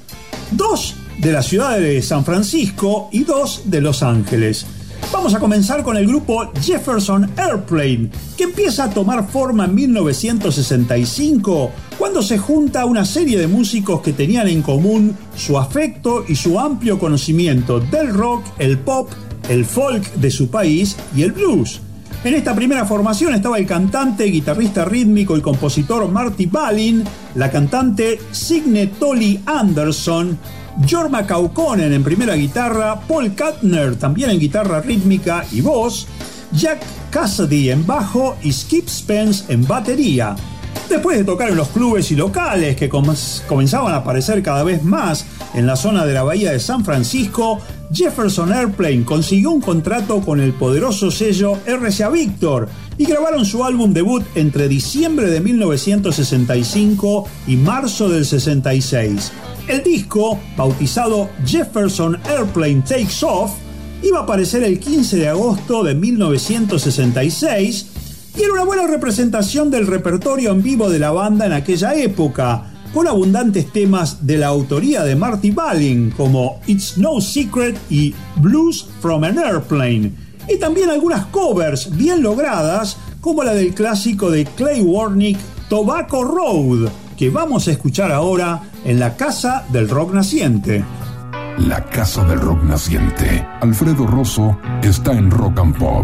Dos de la ciudad de San Francisco y dos de Los Ángeles. Vamos a comenzar con el grupo Jefferson Airplane, que empieza a tomar forma en mil novecientos sesenta y cinco, cuando se junta una serie de músicos que tenían en común su afecto y su amplio conocimiento del rock, el pop, el folk de su país y el blues. En esta primera formación estaba el cantante, guitarrista rítmico y compositor Marty Balin, la cantante Signe Tolly Anderson, Jorma Kaukonen en primera guitarra, Paul Kantner también en guitarra rítmica y voz, Jack Cassidy en bajo y Skip Spence en batería. Después de tocar en los clubes y locales que com- comenzaban a aparecer cada vez más en la zona de la bahía de San Francisco, Jefferson Airplane consiguió un contrato con el poderoso sello R C A Victor y grabaron su álbum debut entre diciembre de mil novecientos sesenta y cinco y marzo del sesenta y seis. El disco, bautizado Jefferson Airplane Takes Off, iba a aparecer el quince de agosto de mil novecientos sesenta y seis y era una buena representación del repertorio en vivo de la banda en aquella época, con abundantes temas de la autoría de Marty Balin, como It's No Secret y Blues from an Airplane, y también algunas covers bien logradas, como la del clásico de Clay Warnick, Tobacco Road, que vamos a escuchar ahora en la Casa del Rock Naciente. La Casa del Rock Naciente. Alfredo Rosso está en Rock and Pop.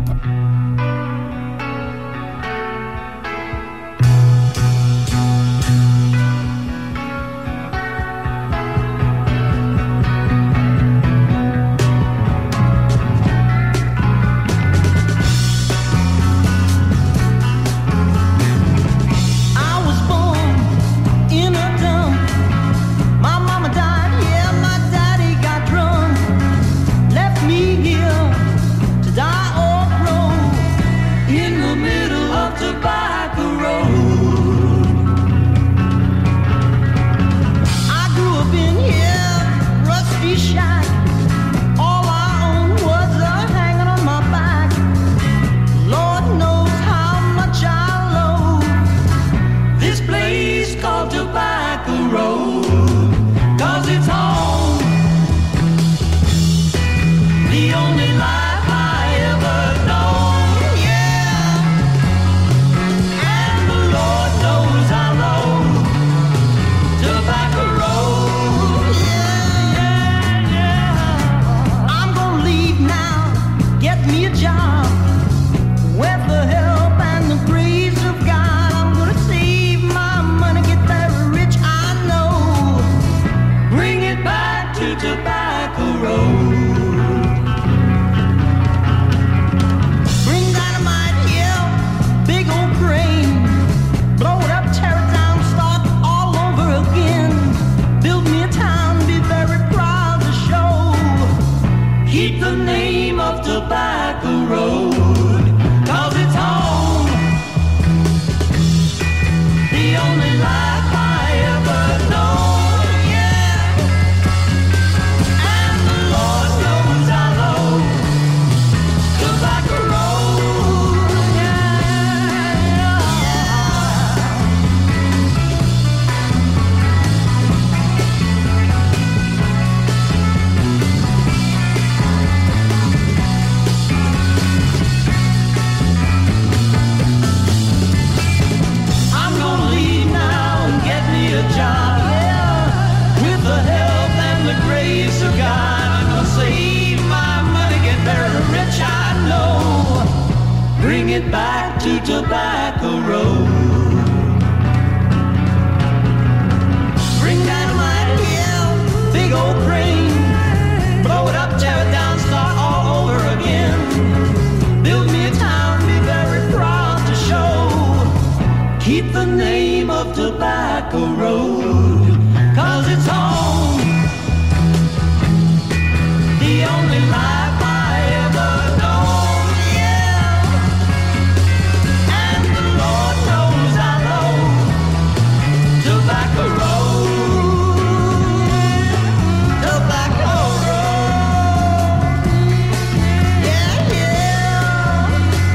Left me here to die or grow. to Tobacco Road. Bring dynamite, yeah, big old crane. Blow it up, tear it down, start all over again. Build me a town, be very proud to show. Keep the name of Tobacco Road, 'cause it's home. The only life I ever known, yeah. And the Lord knows I love Tobacco Road, Tobacco Road, yeah, yeah.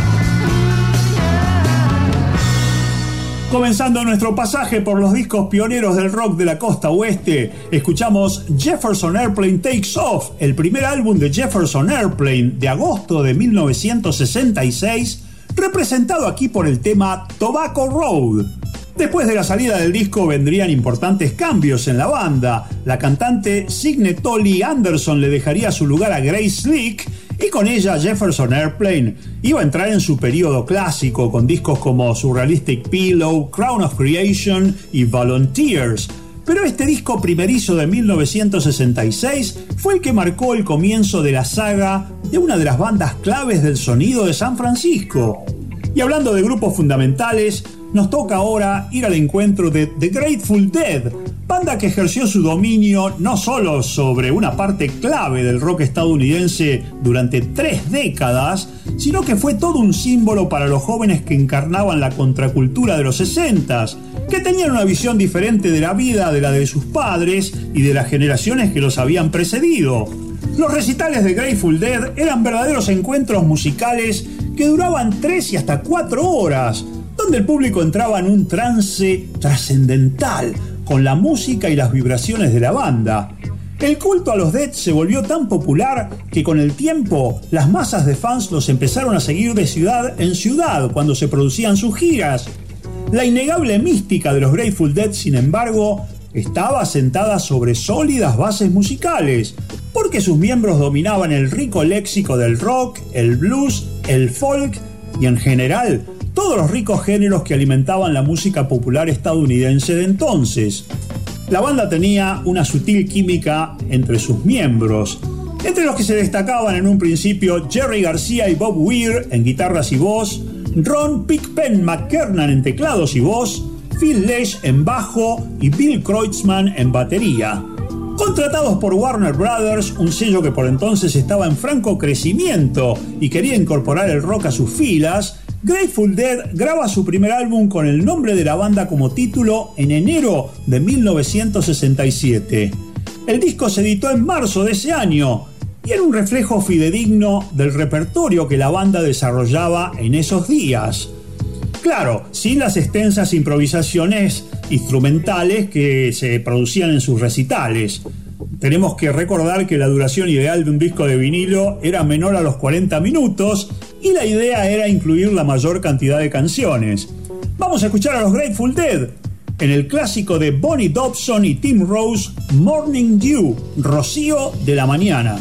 Comenzando nuestro pasaje por los discos pioneros del rock de la costa oeste, escuchamos Jefferson Airplane Takes Off, el primer álbum de Jefferson Airplane de agosto de mil novecientos sesenta y seis, representado aquí por el tema Tobacco Road. Después de la salida del disco vendrían importantes cambios en la banda. La cantante Signe Tolly Anderson le dejaría su lugar a Grace Slick y con ella Jefferson Airplane iba a entrar en su periodo clásico con discos como Surrealistic Pillow, Crown of Creation y Volunteers. Pero este disco primerizo de mil novecientos sesenta y seis fue el que marcó el comienzo de la saga de una de las bandas claves del sonido de San Francisco. Y hablando de grupos fundamentales, nos toca ahora ir al encuentro de The Grateful Dead, banda que ejerció su dominio no solo sobre una parte clave del rock estadounidense durante tres décadas, sino que fue todo un símbolo para los jóvenes que encarnaban la contracultura de los sesentas, que tenían una visión diferente de la vida de la de sus padres y de las generaciones que los habían precedido. Los recitales de Grateful Dead eran verdaderos encuentros musicales que duraban tres y hasta cuatro horas, donde el público entraba en un trance trascendental con la música y las vibraciones de la banda. El culto a los Dead se volvió tan popular que con el tiempo las masas de fans los empezaron a seguir de ciudad en ciudad cuando se producían sus giras. La innegable mística de los Grateful Dead, sin embargo, estaba asentada sobre sólidas bases musicales, porque sus miembros dominaban el rico léxico del rock, el blues, el folk y en general todos los ricos géneros que alimentaban la música popular estadounidense de entonces. La banda tenía una sutil química entre sus miembros, entre los que se destacaban en un principio Jerry García y Bob Weir en guitarras y voz, Ron Pigpen McKernan en teclados y voz, Phil Lesh en bajo y Bill Kreutzmann en batería. Contratados por Warner Brothers, un sello que por entonces estaba en franco crecimiento y quería incorporar el rock a sus filas, Grateful Dead graba su primer álbum con el nombre de la banda como título en enero de mil novecientos sesenta y siete. El disco se editó en marzo de ese año y era un reflejo fidedigno del repertorio que la banda desarrollaba en esos días. Claro, sin las extensas improvisaciones instrumentales que se producían en sus recitales. Tenemos que recordar que la duración ideal de un disco de vinilo era menor a los cuarenta minutos y la idea era incluir la mayor cantidad de canciones. Vamos a escuchar a los Grateful Dead en el clásico de Bonnie Dobson y Tim Rose, Morning Dew, Rocío de la Mañana.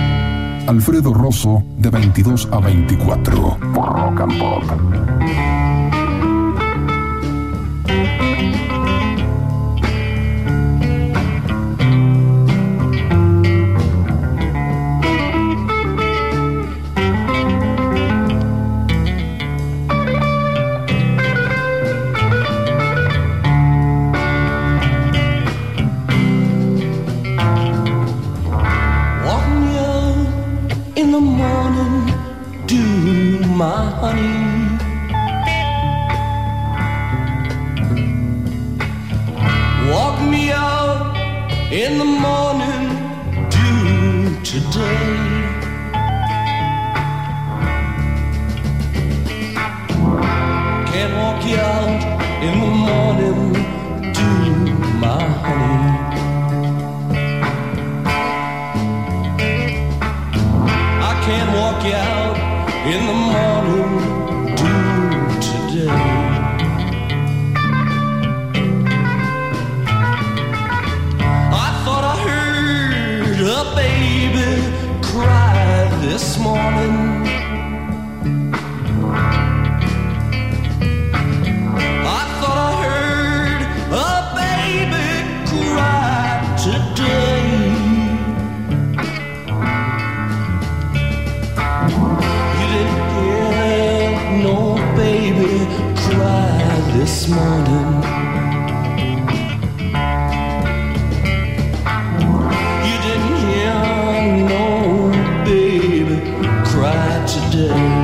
Alfredo Rosso, de veintidós a veinticuatro, por Rock and Pop. In the morning dew today. Can't walk you out in the morning dew, my honey. I can't walk you out in the morning dew today. A baby cried this morning. this morning. You didn't hear no baby cry today.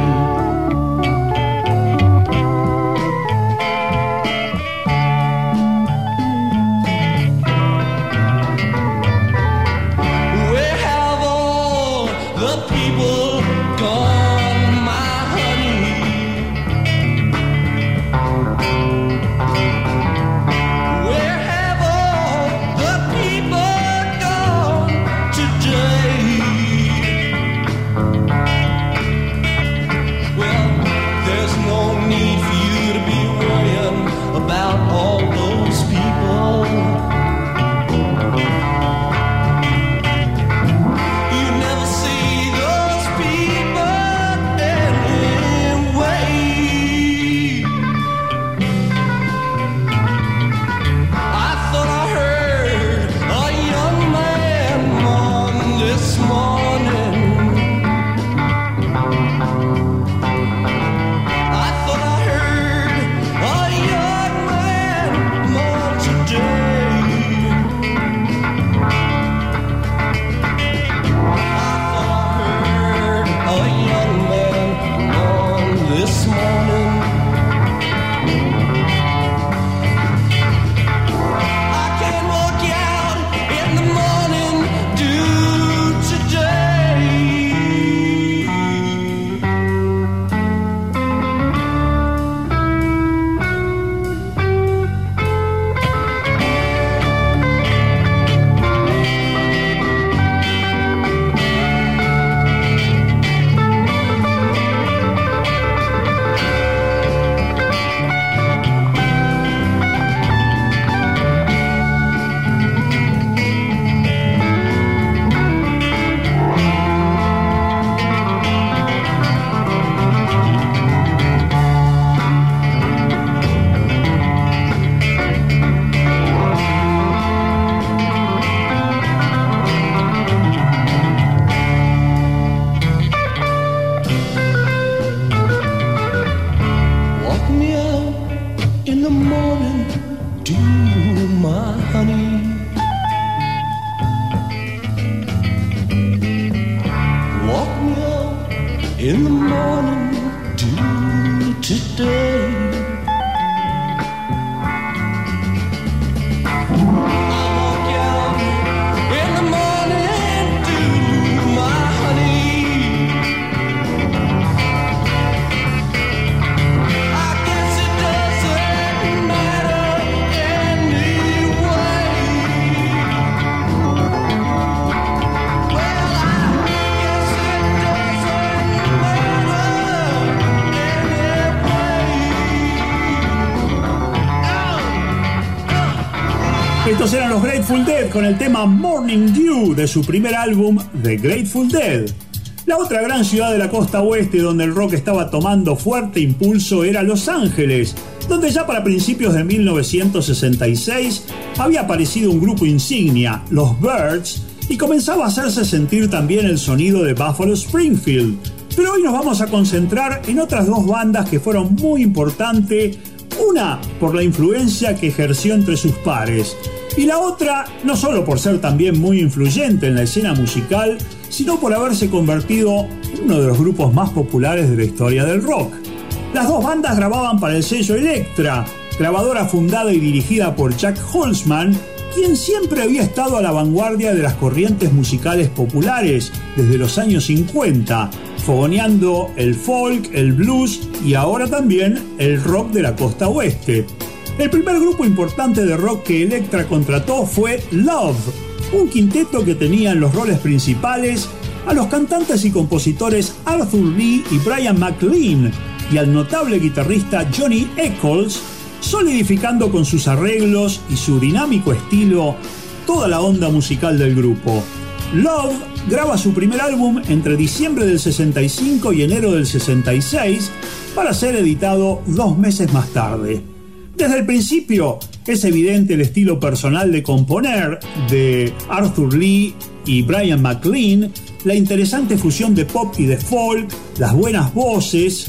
Estos eran los Grateful Dead con el tema Morning Dew de su primer álbum The Grateful Dead. La otra gran ciudad de la costa oeste donde el rock estaba tomando fuerte impulso era Los Ángeles, donde ya para principios de mil novecientos sesenta y seis había aparecido un grupo insignia, los Byrds, y comenzaba a hacerse sentir también el sonido de Buffalo Springfield. Pero hoy nos vamos a concentrar en otras dos bandas que fueron muy importantes, una por la influencia que ejerció entre sus pares, y la otra no solo por ser también muy influyente en la escena musical, sino por haberse convertido en uno de los grupos más populares de la historia del rock. Las dos bandas grababan para el sello Elektra, grabadora fundada y dirigida por Jack Holzman, quien siempre había estado a la vanguardia de las corrientes musicales populares desde los años cincuenta, fogoneando el folk, el blues y ahora también el rock de la costa oeste. El primer grupo importante de rock que Elektra contrató fue Love, un quinteto que tenía en los roles principales a los cantantes y compositores Arthur Lee y Brian McLean y al notable guitarrista Johnny Eccles, solidificando con sus arreglos y su dinámico estilo toda la onda musical del grupo. Love graba su primer álbum entre diciembre del sesenta y cinco y enero del sesenta y seis para ser editado dos meses más tarde. Desde el principio es evidente el estilo personal de componer de Arthur Lee y Brian McLean, la interesante fusión de pop y de folk, las buenas voces,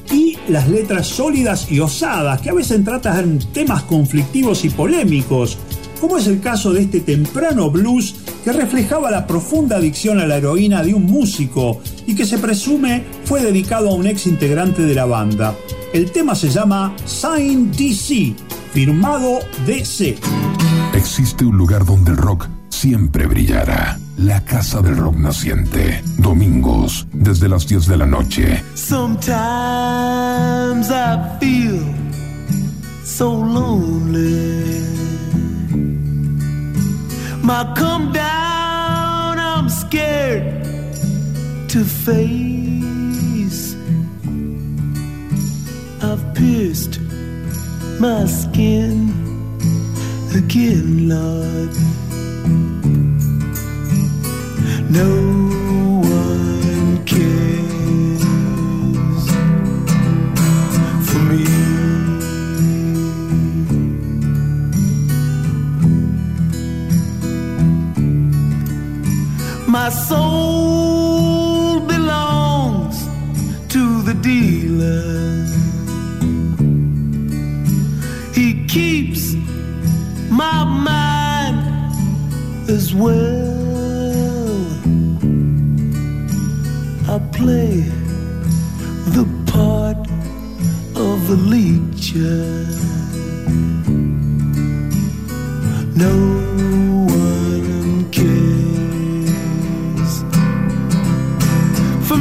y las letras sólidas y osadas, que a veces tratan temas conflictivos y polémicos, como es el caso de este temprano blues que reflejaba la profunda adicción a la heroína de un músico y que se presume fue dedicado a un ex integrante de la banda. El tema se llama Sign D C, firmado D C. Existe un lugar donde el rock siempre brillará. La Casa del Rock Naciente. Domingos, desde las diez de la noche. Sometimes I feel so lonely. My come down, I'm scared to face. I've pierced my skin again, Lord. No one cares for me. My soul belongs to the dealer. He keeps my mind as well. I play the part of a leecher. No one cares for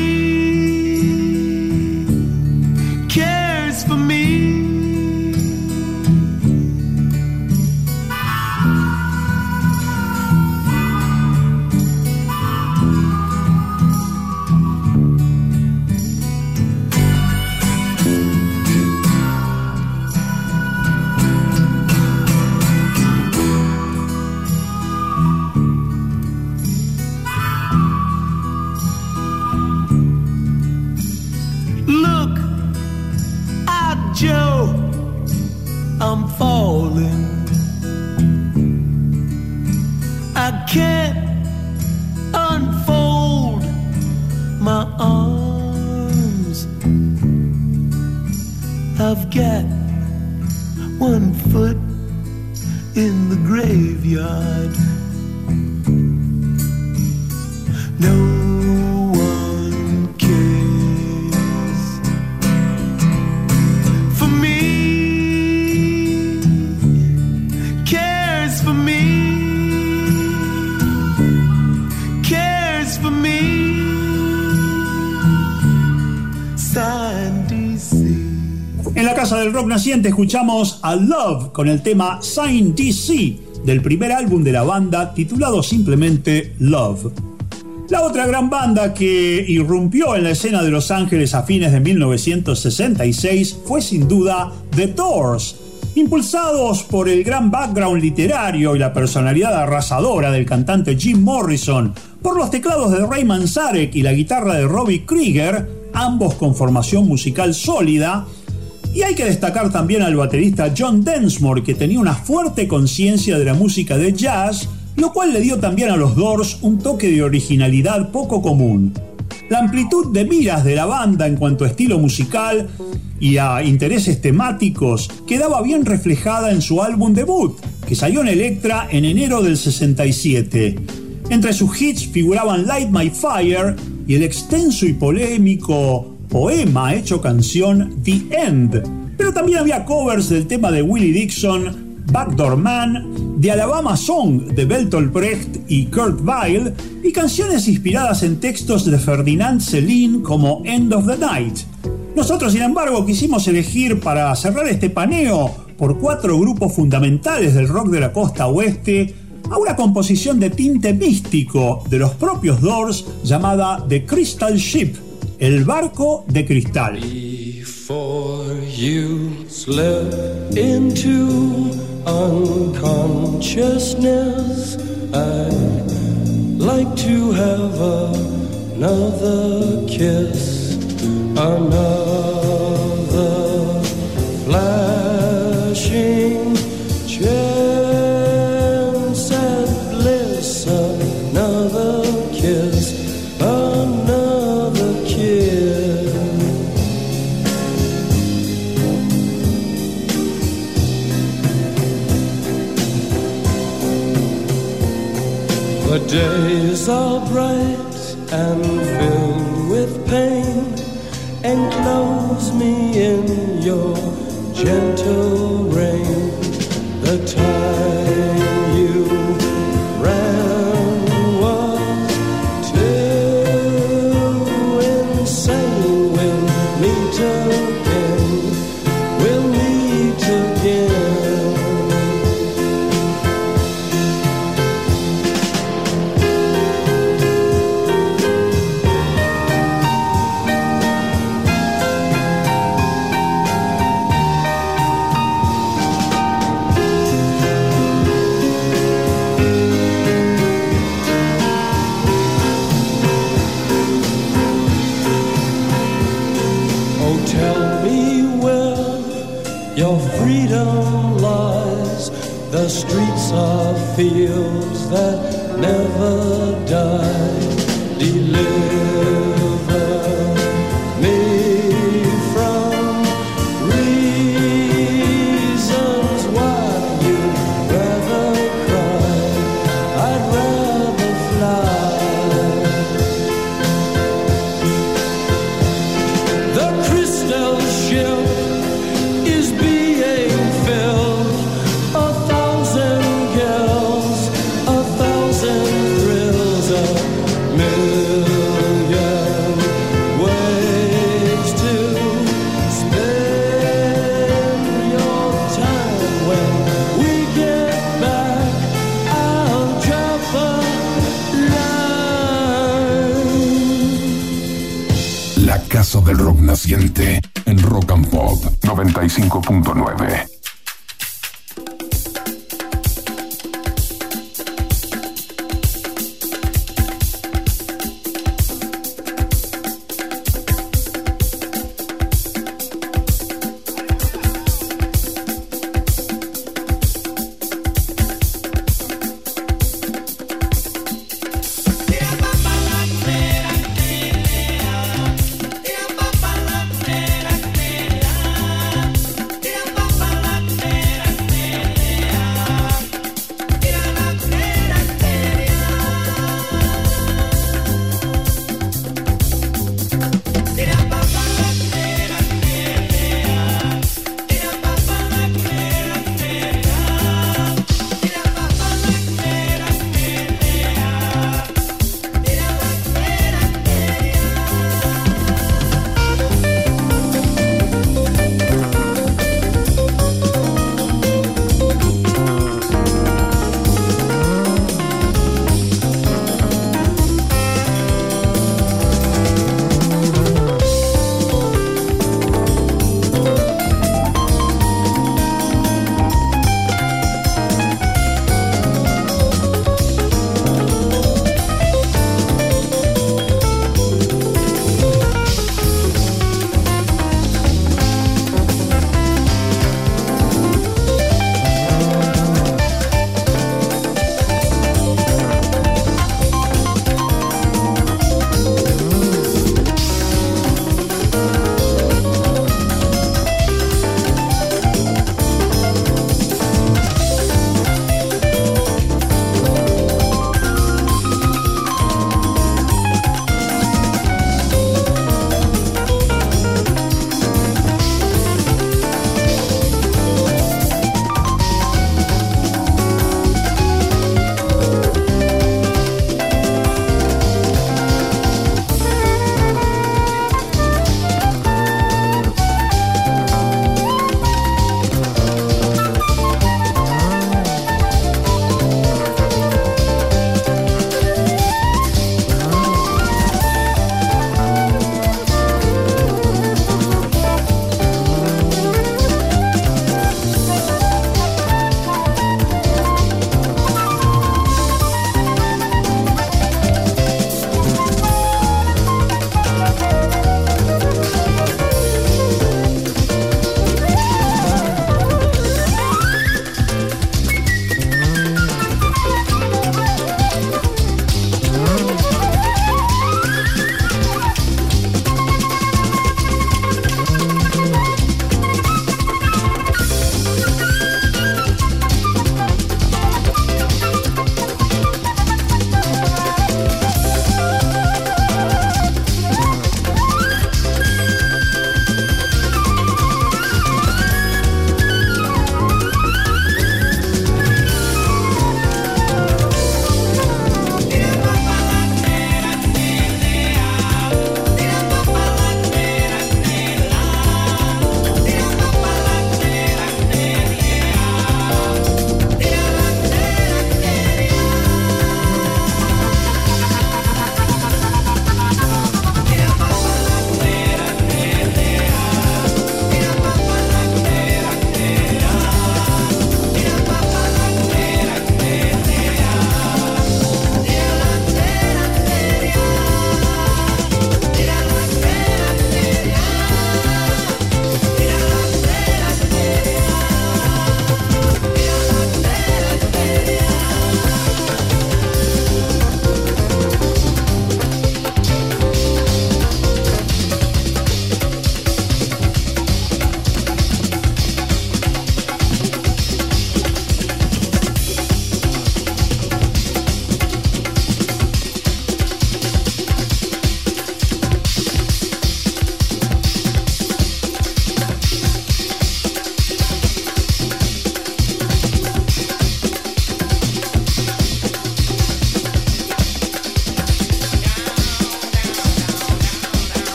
me, cares for me. Joe, I'm falling. I can't unfold my arms. I've got one foot in the graveyard. No En la Casa del Rock Naciente escuchamos a Love con el tema Sign D C del primer álbum de la banda titulado simplemente Love. La otra gran banda que irrumpió en la escena de Los Ángeles a fines de mil novecientos sesenta y seis fue sin duda The Doors. Impulsados por el gran background literario y la personalidad arrasadora del cantante Jim Morrison, por los teclados de Ray Manzarek y la guitarra de Robbie Krieger, ambos con formación musical sólida, y hay que destacar también al baterista John Densmore, que tenía una fuerte conciencia de la música de jazz, lo cual le dio también a los Doors un toque de originalidad poco común. La amplitud de miras de la banda en cuanto a estilo musical y a intereses temáticos quedaba bien reflejada en su álbum debut, que salió en Elektra en enero del sesenta y siete. Entre sus hits figuraban Light My Fire y el extenso y polémico poema hecho canción The End, pero también había covers del tema de Willie Dixon, Backdoor Man, de Alabama Song de Bertolt Brecht y Kurt Weill, y canciones inspiradas en textos de Ferdinand Celine como End of the Night. Nosotros, sin embargo, quisimos elegir para cerrar este paneo por cuatro grupos fundamentales del rock de la costa oeste a una composición de tinte místico de los propios Doors llamada The Crystal Ship, el barco de cristal. Before you slip into unconsciousness, I'd like to have another kiss, another flashing chance at bliss, another kiss, another kiss. The days are bright and filled with pain. Enclose me in your gentle rain. The time you ran was too insane. We'll meet again. We'll meet again. Freedom lies. The streets are fields that never die. Deliver me from reasons why you'd rather cry. I'd rather fly. The crystal ship is being filled. A thousand girls, a thousand thrills, a million ways to spend your time. When we get back, I'll drop a line. La Casa del Rock Naciente en Rock and Pop noventa y cinco punto nueve. Ba-ba-la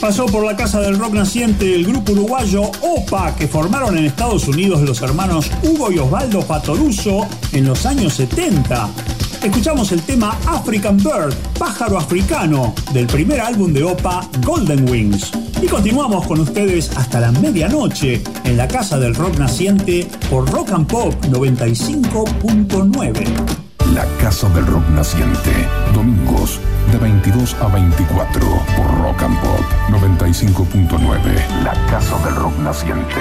Pasó por la Casa del Rock Naciente el grupo uruguayo OPA, que formaron en Estados Unidos los hermanos Hugo y Osvaldo Fatoruso en los años setenta. Escuchamos el tema African Bird, pájaro africano, del primer álbum de OPA, Golden Wings. Y continuamos con ustedes hasta la medianoche en la Casa del Rock Naciente por Rock and Pop noventa y cinco punto nueve. La Casa del Rock Naciente, domingos de veintidós a veinticuatro por Rock and Pop noventa y cinco punto nueve. La Casa del Rock Naciente.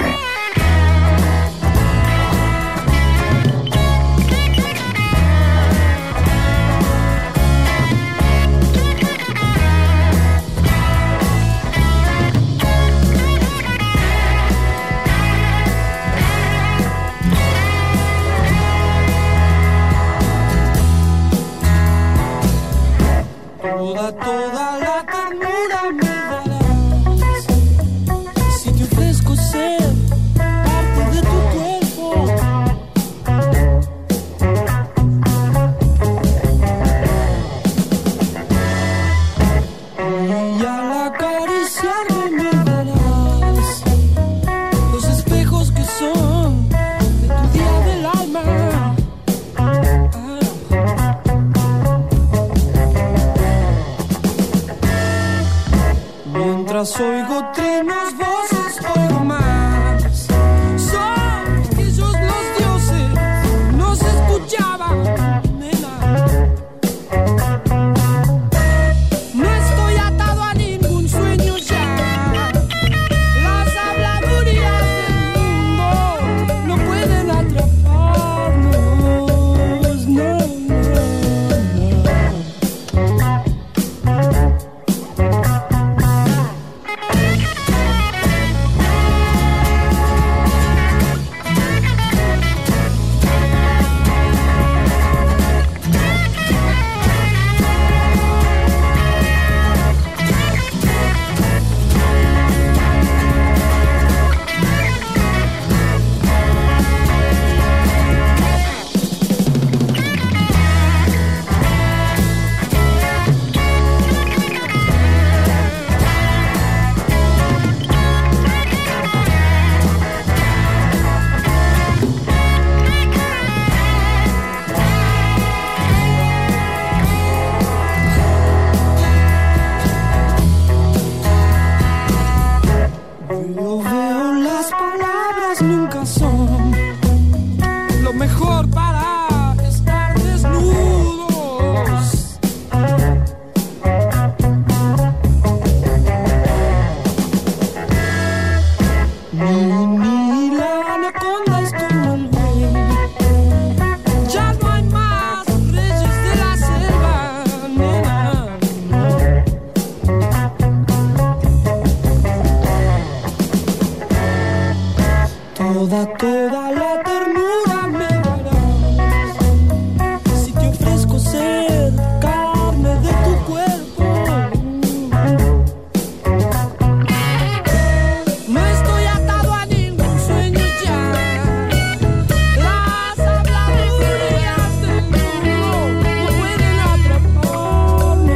Toda, toda la ternura me darás si te ofrezco ser parte de tu cuerpo. Y al acariciarme me darás los espejos que son de tu día del alma. Mientras oigo trinos, voces, oigo más. Son aquellos los dioses, no se escuchaban, nena. No estoy atado a ningún sueño ya. Las habladurías del mundo no pueden atraparnos, no, no, no. Yo veo las palabras nunca son lo mejor para estar desnudos. Ni, ni la anaconda es como el buey. Ya no hay más reyes de la selva, nena, no. Toda, toda la ternura me darás si te ofrezco ser carne de tu cuerpo. No estoy atado a ningún sueño ya. Las habladurías del mundo no pueden atraparnos,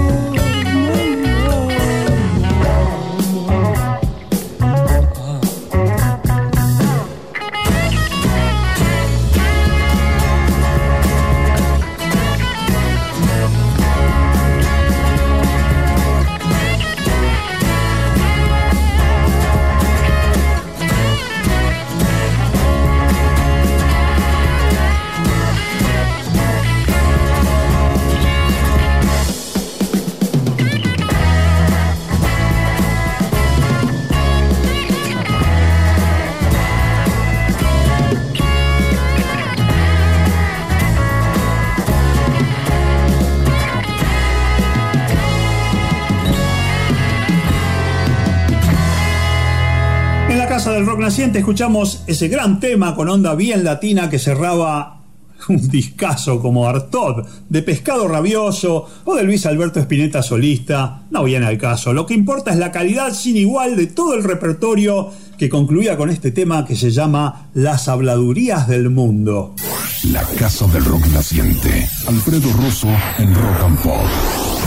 En la Casa del Rock Naciente escuchamos ese gran tema con onda bien latina que cerraba un discazo como Artaud, de Pescado Rabioso o de Luis Alberto Spinetta solista. No viene al caso. Lo que importa es la calidad sin igual de todo el repertorio, que concluía con este tema que se llama Las Habladurías del Mundo. La Casa del Rock Naciente. Alfredo Rosso en Rock and Pop.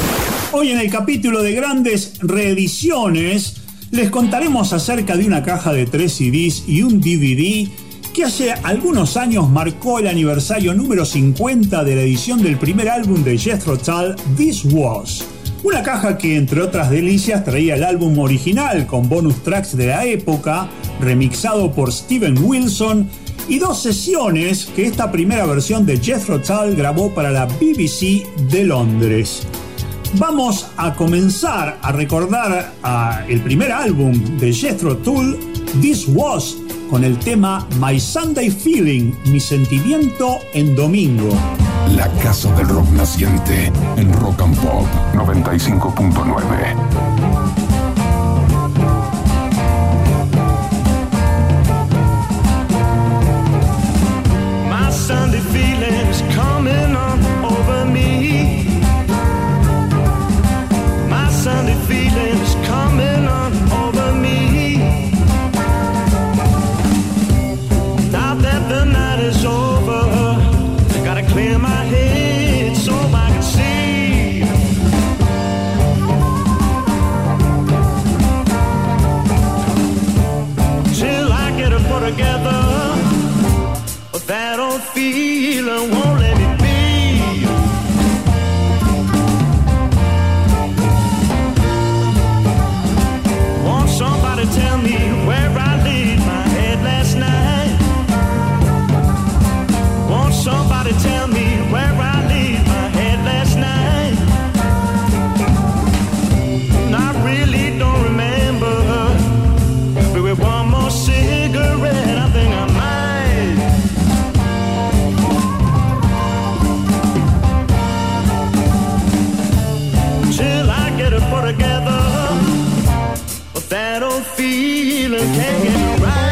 Hoy en el capítulo de grandes reediciones les contaremos acerca de una caja de tres C Ds y un D V D que hace algunos años marcó el aniversario número cincuenta de la edición del primer álbum de Jethro Tull, This Was. Una caja que, entre otras delicias, traía el álbum original con bonus tracks de la época, remixado por Steven Wilson, y dos sesiones que esta primera versión de Jethro Tull grabó para la B B C de Londres. Vamos a comenzar a recordar a el primer álbum de Jethro Tull, This Was, con el tema My Sunday Feeling, mi sentimiento en domingo. La casa del rock naciente en Rock and Pop noventa y cinco punto nueve. My Sunday feeling's coming on over me. My Sunday feeling's coming on over me. Now that the night is over, I gotta clear my head so I can see. Till I get it put together, but that old feeling won't let me be. Won't somebody tell me where I laid my head last night? Won't somebody tell me where I laid my head last night? And I really don't remember, but with one more cigarette I think I might. Till I get it put together, but that old feeling can't get me right.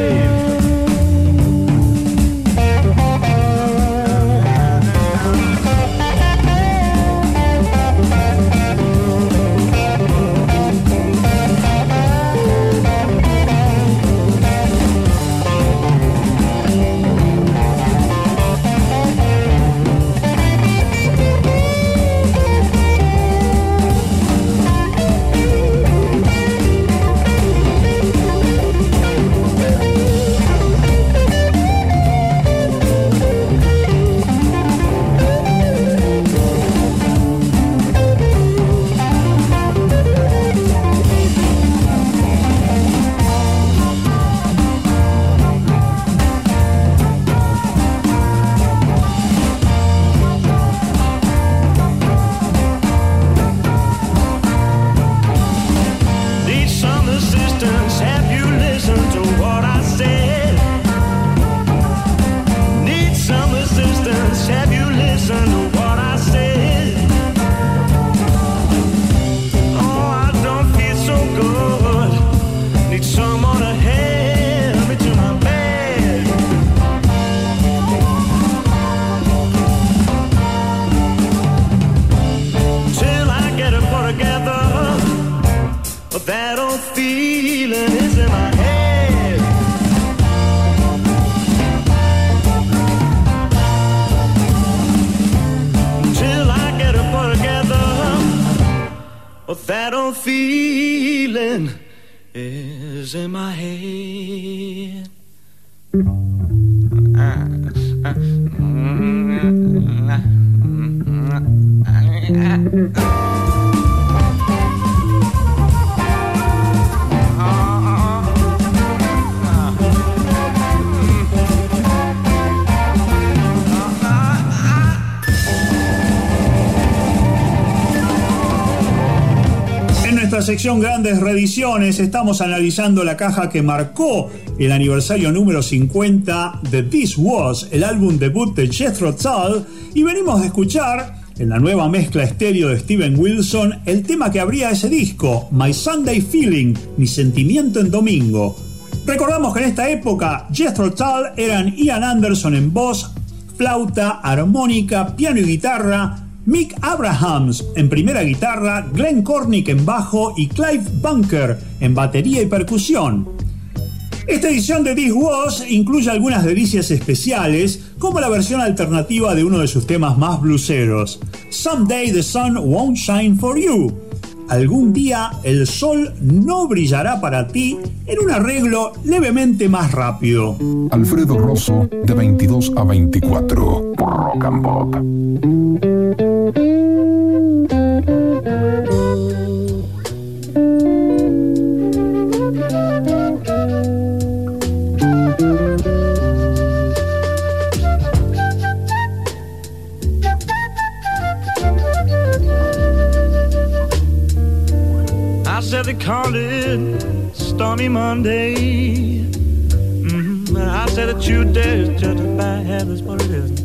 That old feeling is in my head. En nuestra sección Grandes Reediciones estamos analizando la caja que marcó el aniversario número cincuenta de This Was, el álbum debut de Jethro Tull, y venimos de escuchar en la nueva mezcla estéreo de Steven Wilson el tema que abría ese disco, My Sunday Feeling, mi sentimiento en domingo. Recordamos que en esta época Jethro Tull eran Ian Anderson en voz, flauta, armónica, piano y guitarra, Mick Abrahams en primera guitarra, Glenn Cornick en bajo y Clive Bunker en batería y percusión. Esta edición de This Was incluye algunas delicias especiales, como la versión alternativa de uno de sus temas más blueseros, Someday the Sun Won't Shine for You. Algún día el sol no brillará para ti, en un arreglo levemente más rápido. Alfredo Rosso, de veintidós a veinticuatro, por Rock and Pop. I said they called it Stormy Monday. Mm-hmm. I said that you dare just as bad, that's what it is.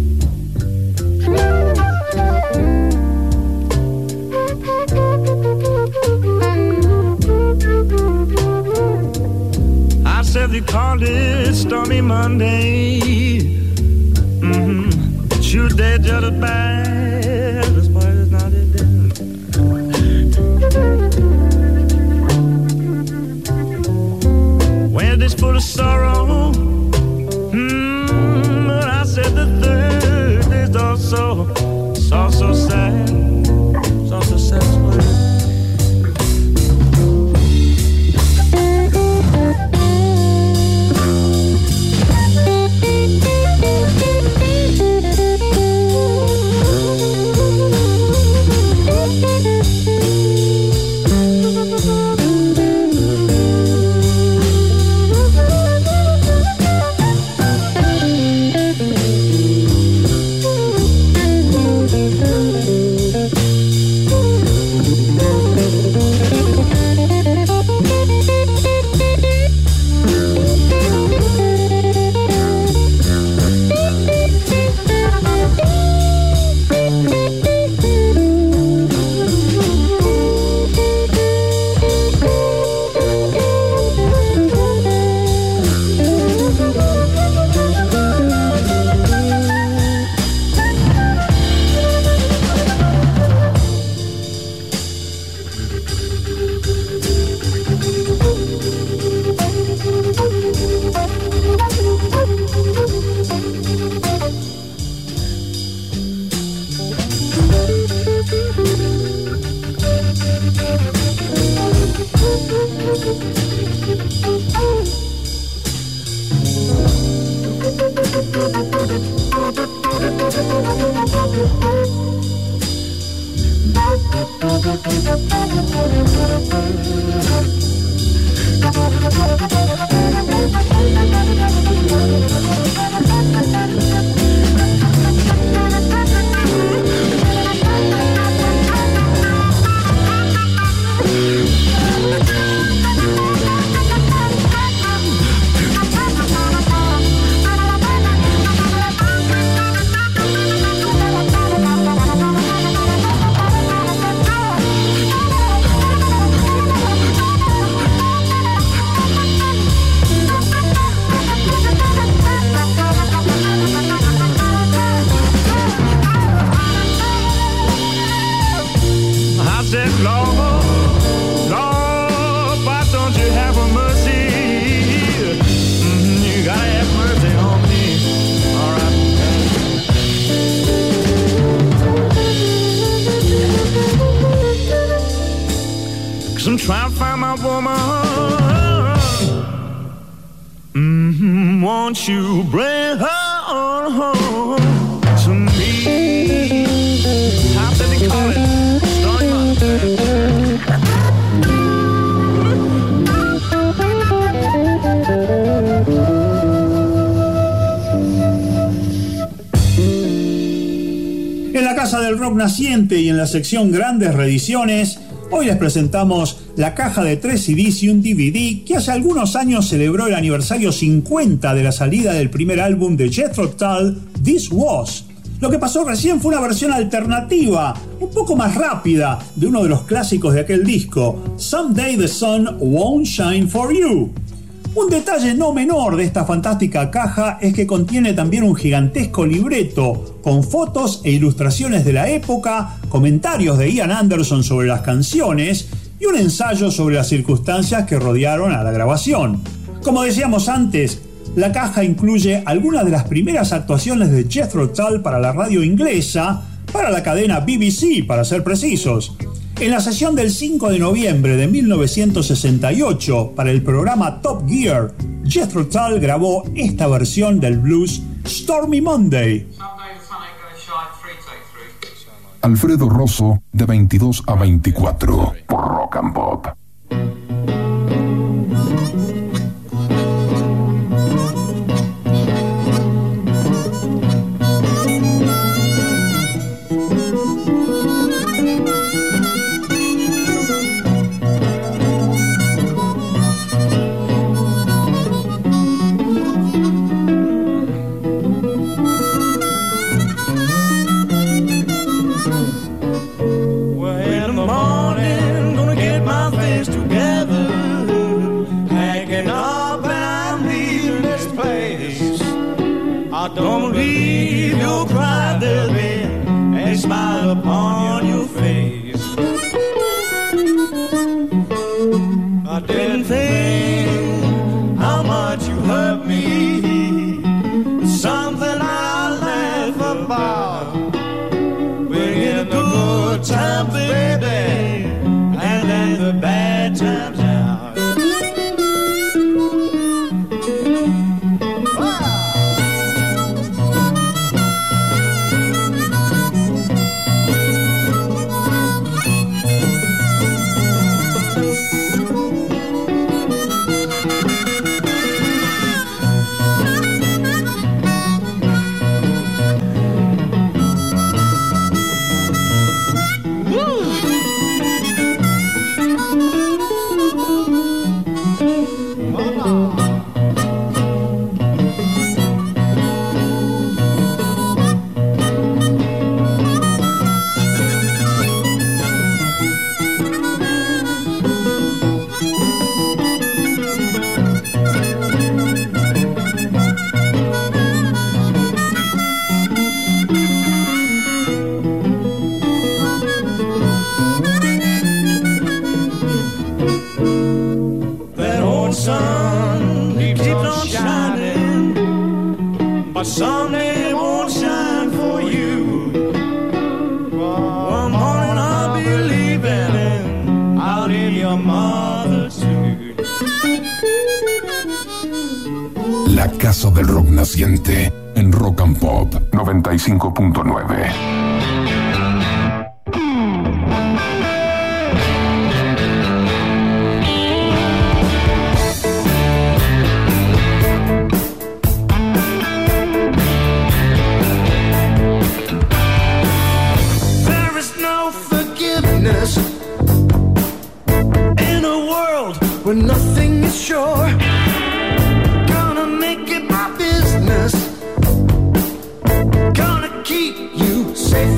I said they called it Stormy Monday. Mm-hmm. But you dare just as bad, that's what it is. Not it is. Wednesday's full of sorrow. Mm, but I said the Thursday's also, it's also sad. It's also sad. Won't you bring her on home to me? How did they call it? Starting En la Casa del Rock Naciente y en la sección Grandes Reediciones, hoy les presentamos la caja de tres C Ds y un D V D que hace algunos años celebró el aniversario cincuenta de la salida del primer álbum de Jethro Tull, This Was. Lo que pasó recién fue una versión alternativa, un poco más rápida, de uno de los clásicos de aquel disco, Someday the Sun Won't Shine for You. Un detalle no menor de esta fantástica caja es que contiene también un gigantesco libreto con fotos e ilustraciones de la época, comentarios de Ian Anderson sobre las canciones y un ensayo sobre las circunstancias que rodearon a la grabación. Como decíamos antes, la caja incluye algunas de las primeras actuaciones de Jethro Tull para la radio inglesa, para la cadena B B C, para ser precisos. En la sesión del cinco de noviembre de mil novecientos sesenta y ocho, para el programa Top Gear, Jethro Tull grabó esta versión del blues Stormy Monday. Alfredo Rosso, de veintidós a veinticuatro, por Rock and Pop. Don't believe you'll cry, there'll be a smile upon your face. I didn't think how much you hurt me. Something I laugh about. We're in the good times, baby, and then the bad times out. But someday it won't shine for you. One morning I'll be leaving out in your mother's suit. La Casa del Rock Naciente, en Rock and Pop noventa y cinco punto nueve. In a world where nothing is sure, gonna make it my business, gonna keep you safe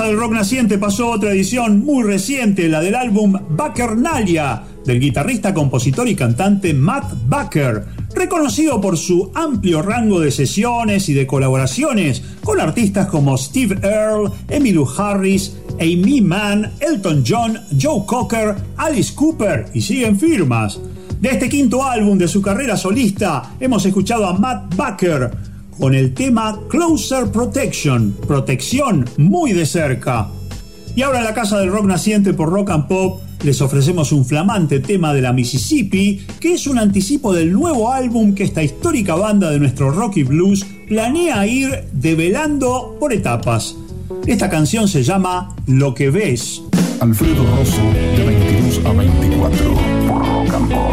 del rock naciente pasó otra edición muy reciente, la del álbum Backernalia, del guitarrista, compositor y cantante Matt Backer, reconocido por su amplio rango de sesiones y de colaboraciones con artistas como Steve Earle, Emmylou Harris, Aimee Mann, Elton John, Joe Cocker, Alice Cooper y siguen firmas. De este quinto álbum de su carrera solista hemos escuchado a Matt Backer con el tema Closer Protection, protección muy de cerca. Y ahora en la Casa del Rock Naciente por Rock and Pop les ofrecemos un flamante tema de la Mississippi, que es un anticipo del nuevo álbum que esta histórica banda de nuestro rock y blues planea ir develando por etapas. Esta canción se llama Lo que ves. Alfredo Rosso, de veintidós a veinticuatro, por Rock and Pop.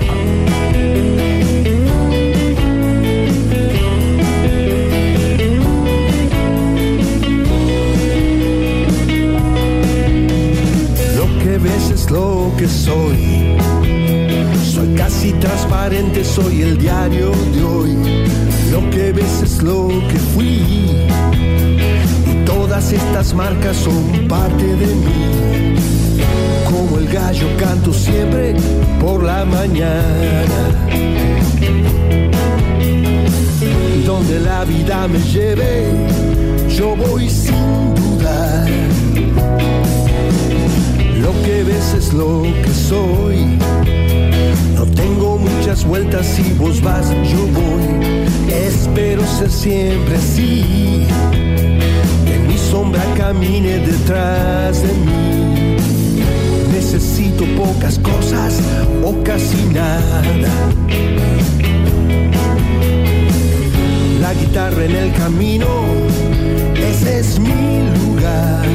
Lo que ves es lo que soy. Soy casi transparente, soy el diario de hoy. Lo que ves es lo que fui. Y todas estas marcas son parte de mí. Como el gallo canto siempre por la mañana. Donde la vida me lleve, yo voy sin dudar. Lo que ves es lo que soy. No tengo muchas vueltas, si vos vas, yo voy. Espero ser siempre así. Que mi sombra camine detrás de mí. Necesito pocas cosas o casi nada. La guitarra en el camino, ese es mi lugar.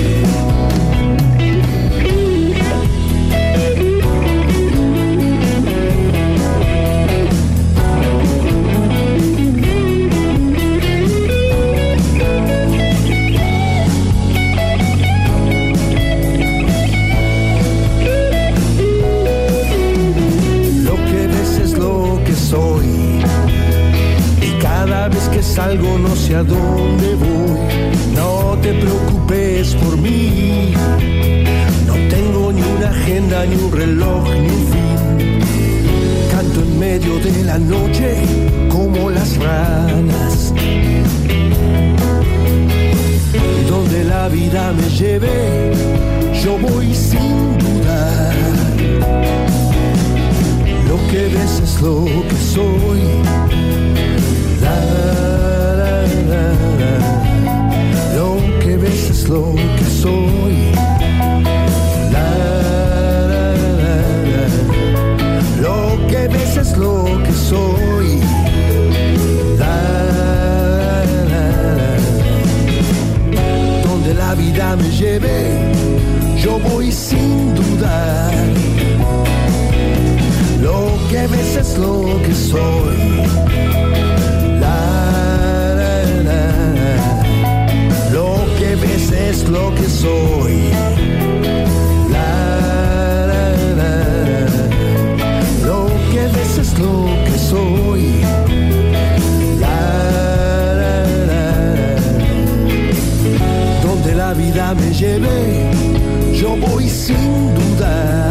Soy. Y cada vez que salgo no sé a dónde voy. No te preocupes por mí. No tengo ni una agenda, ni un reloj, ni un fin. Canto en medio de la noche como las ranas. Donde la vida me lleve, yo voy sin dudar. Lo que ves es lo que soy. La, la, la, la. Lo que ves es lo que soy. La, la, la, la. Lo que ves es lo que soy. La, la, la. Donde la vida me lleve, yo voy sin dudar. Lo que ves es lo que soy. La, la, la, la. Lo que ves es lo que soy. La, la, la, la. Lo que ves es lo que soy. La, la, la, la. Donde la vida me lleve, yo voy sin dudar.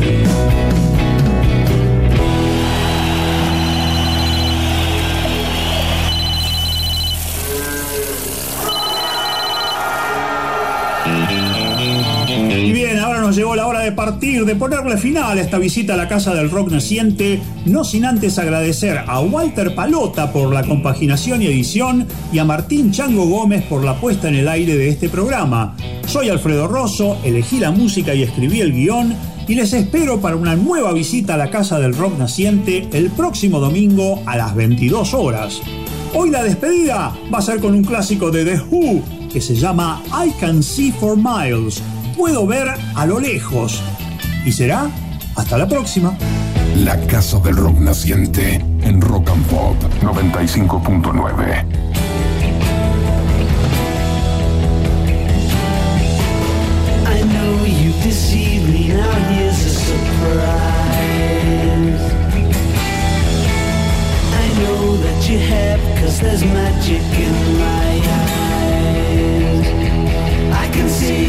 Y bien, ahora nos llegó la hora de partir, de ponerle final a esta visita a la Casa del Rock Naciente, no sin antes agradecer a Walter Palota por la compaginación y edición y a Martín Chango Gómez por la puesta en el aire de este programa. Soy Alfredo Rosso, elegí la música y escribí el guión y les espero para una nueva visita a la Casa del Rock Naciente el próximo domingo a las veintidós horas. Hoy la despedida va a ser con un clásico de The Who que se llama I Can See for Miles. Puedo ver a lo lejos. Y será hasta la próxima. La Casa del Rock Naciente en Rock and Pop noventa y cinco punto nueve. I know you deceived me, now here's a surprise. I know that you have, 'cause there's magic in my eyes. I can see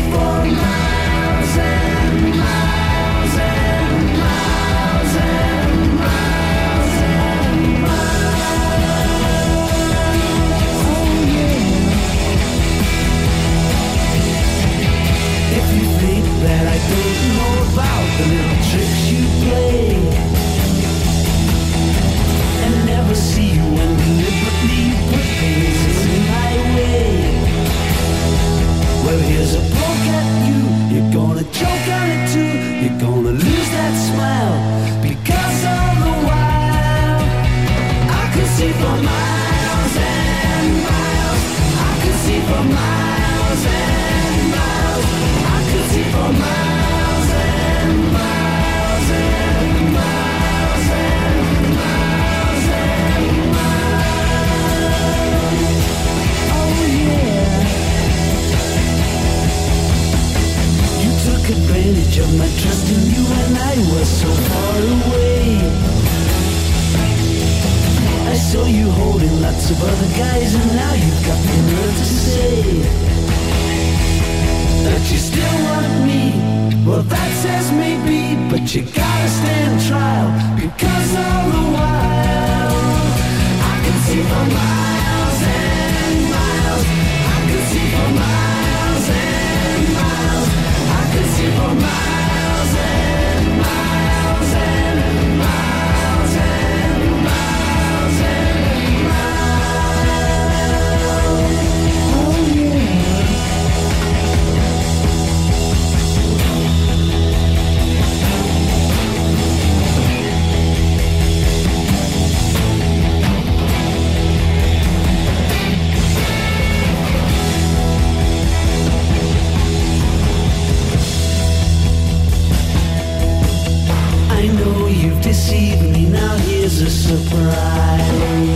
lots of other guys, and now you've got the nerve to say that you still want me. Well, that's as may be, but you gotta stand trial, because all the while I can see for miles and miles, I can see for miles and miles, I can see for miles and miles and miles and miles and miles. Oh yeah. I know you've deceived me, now here's a surprise.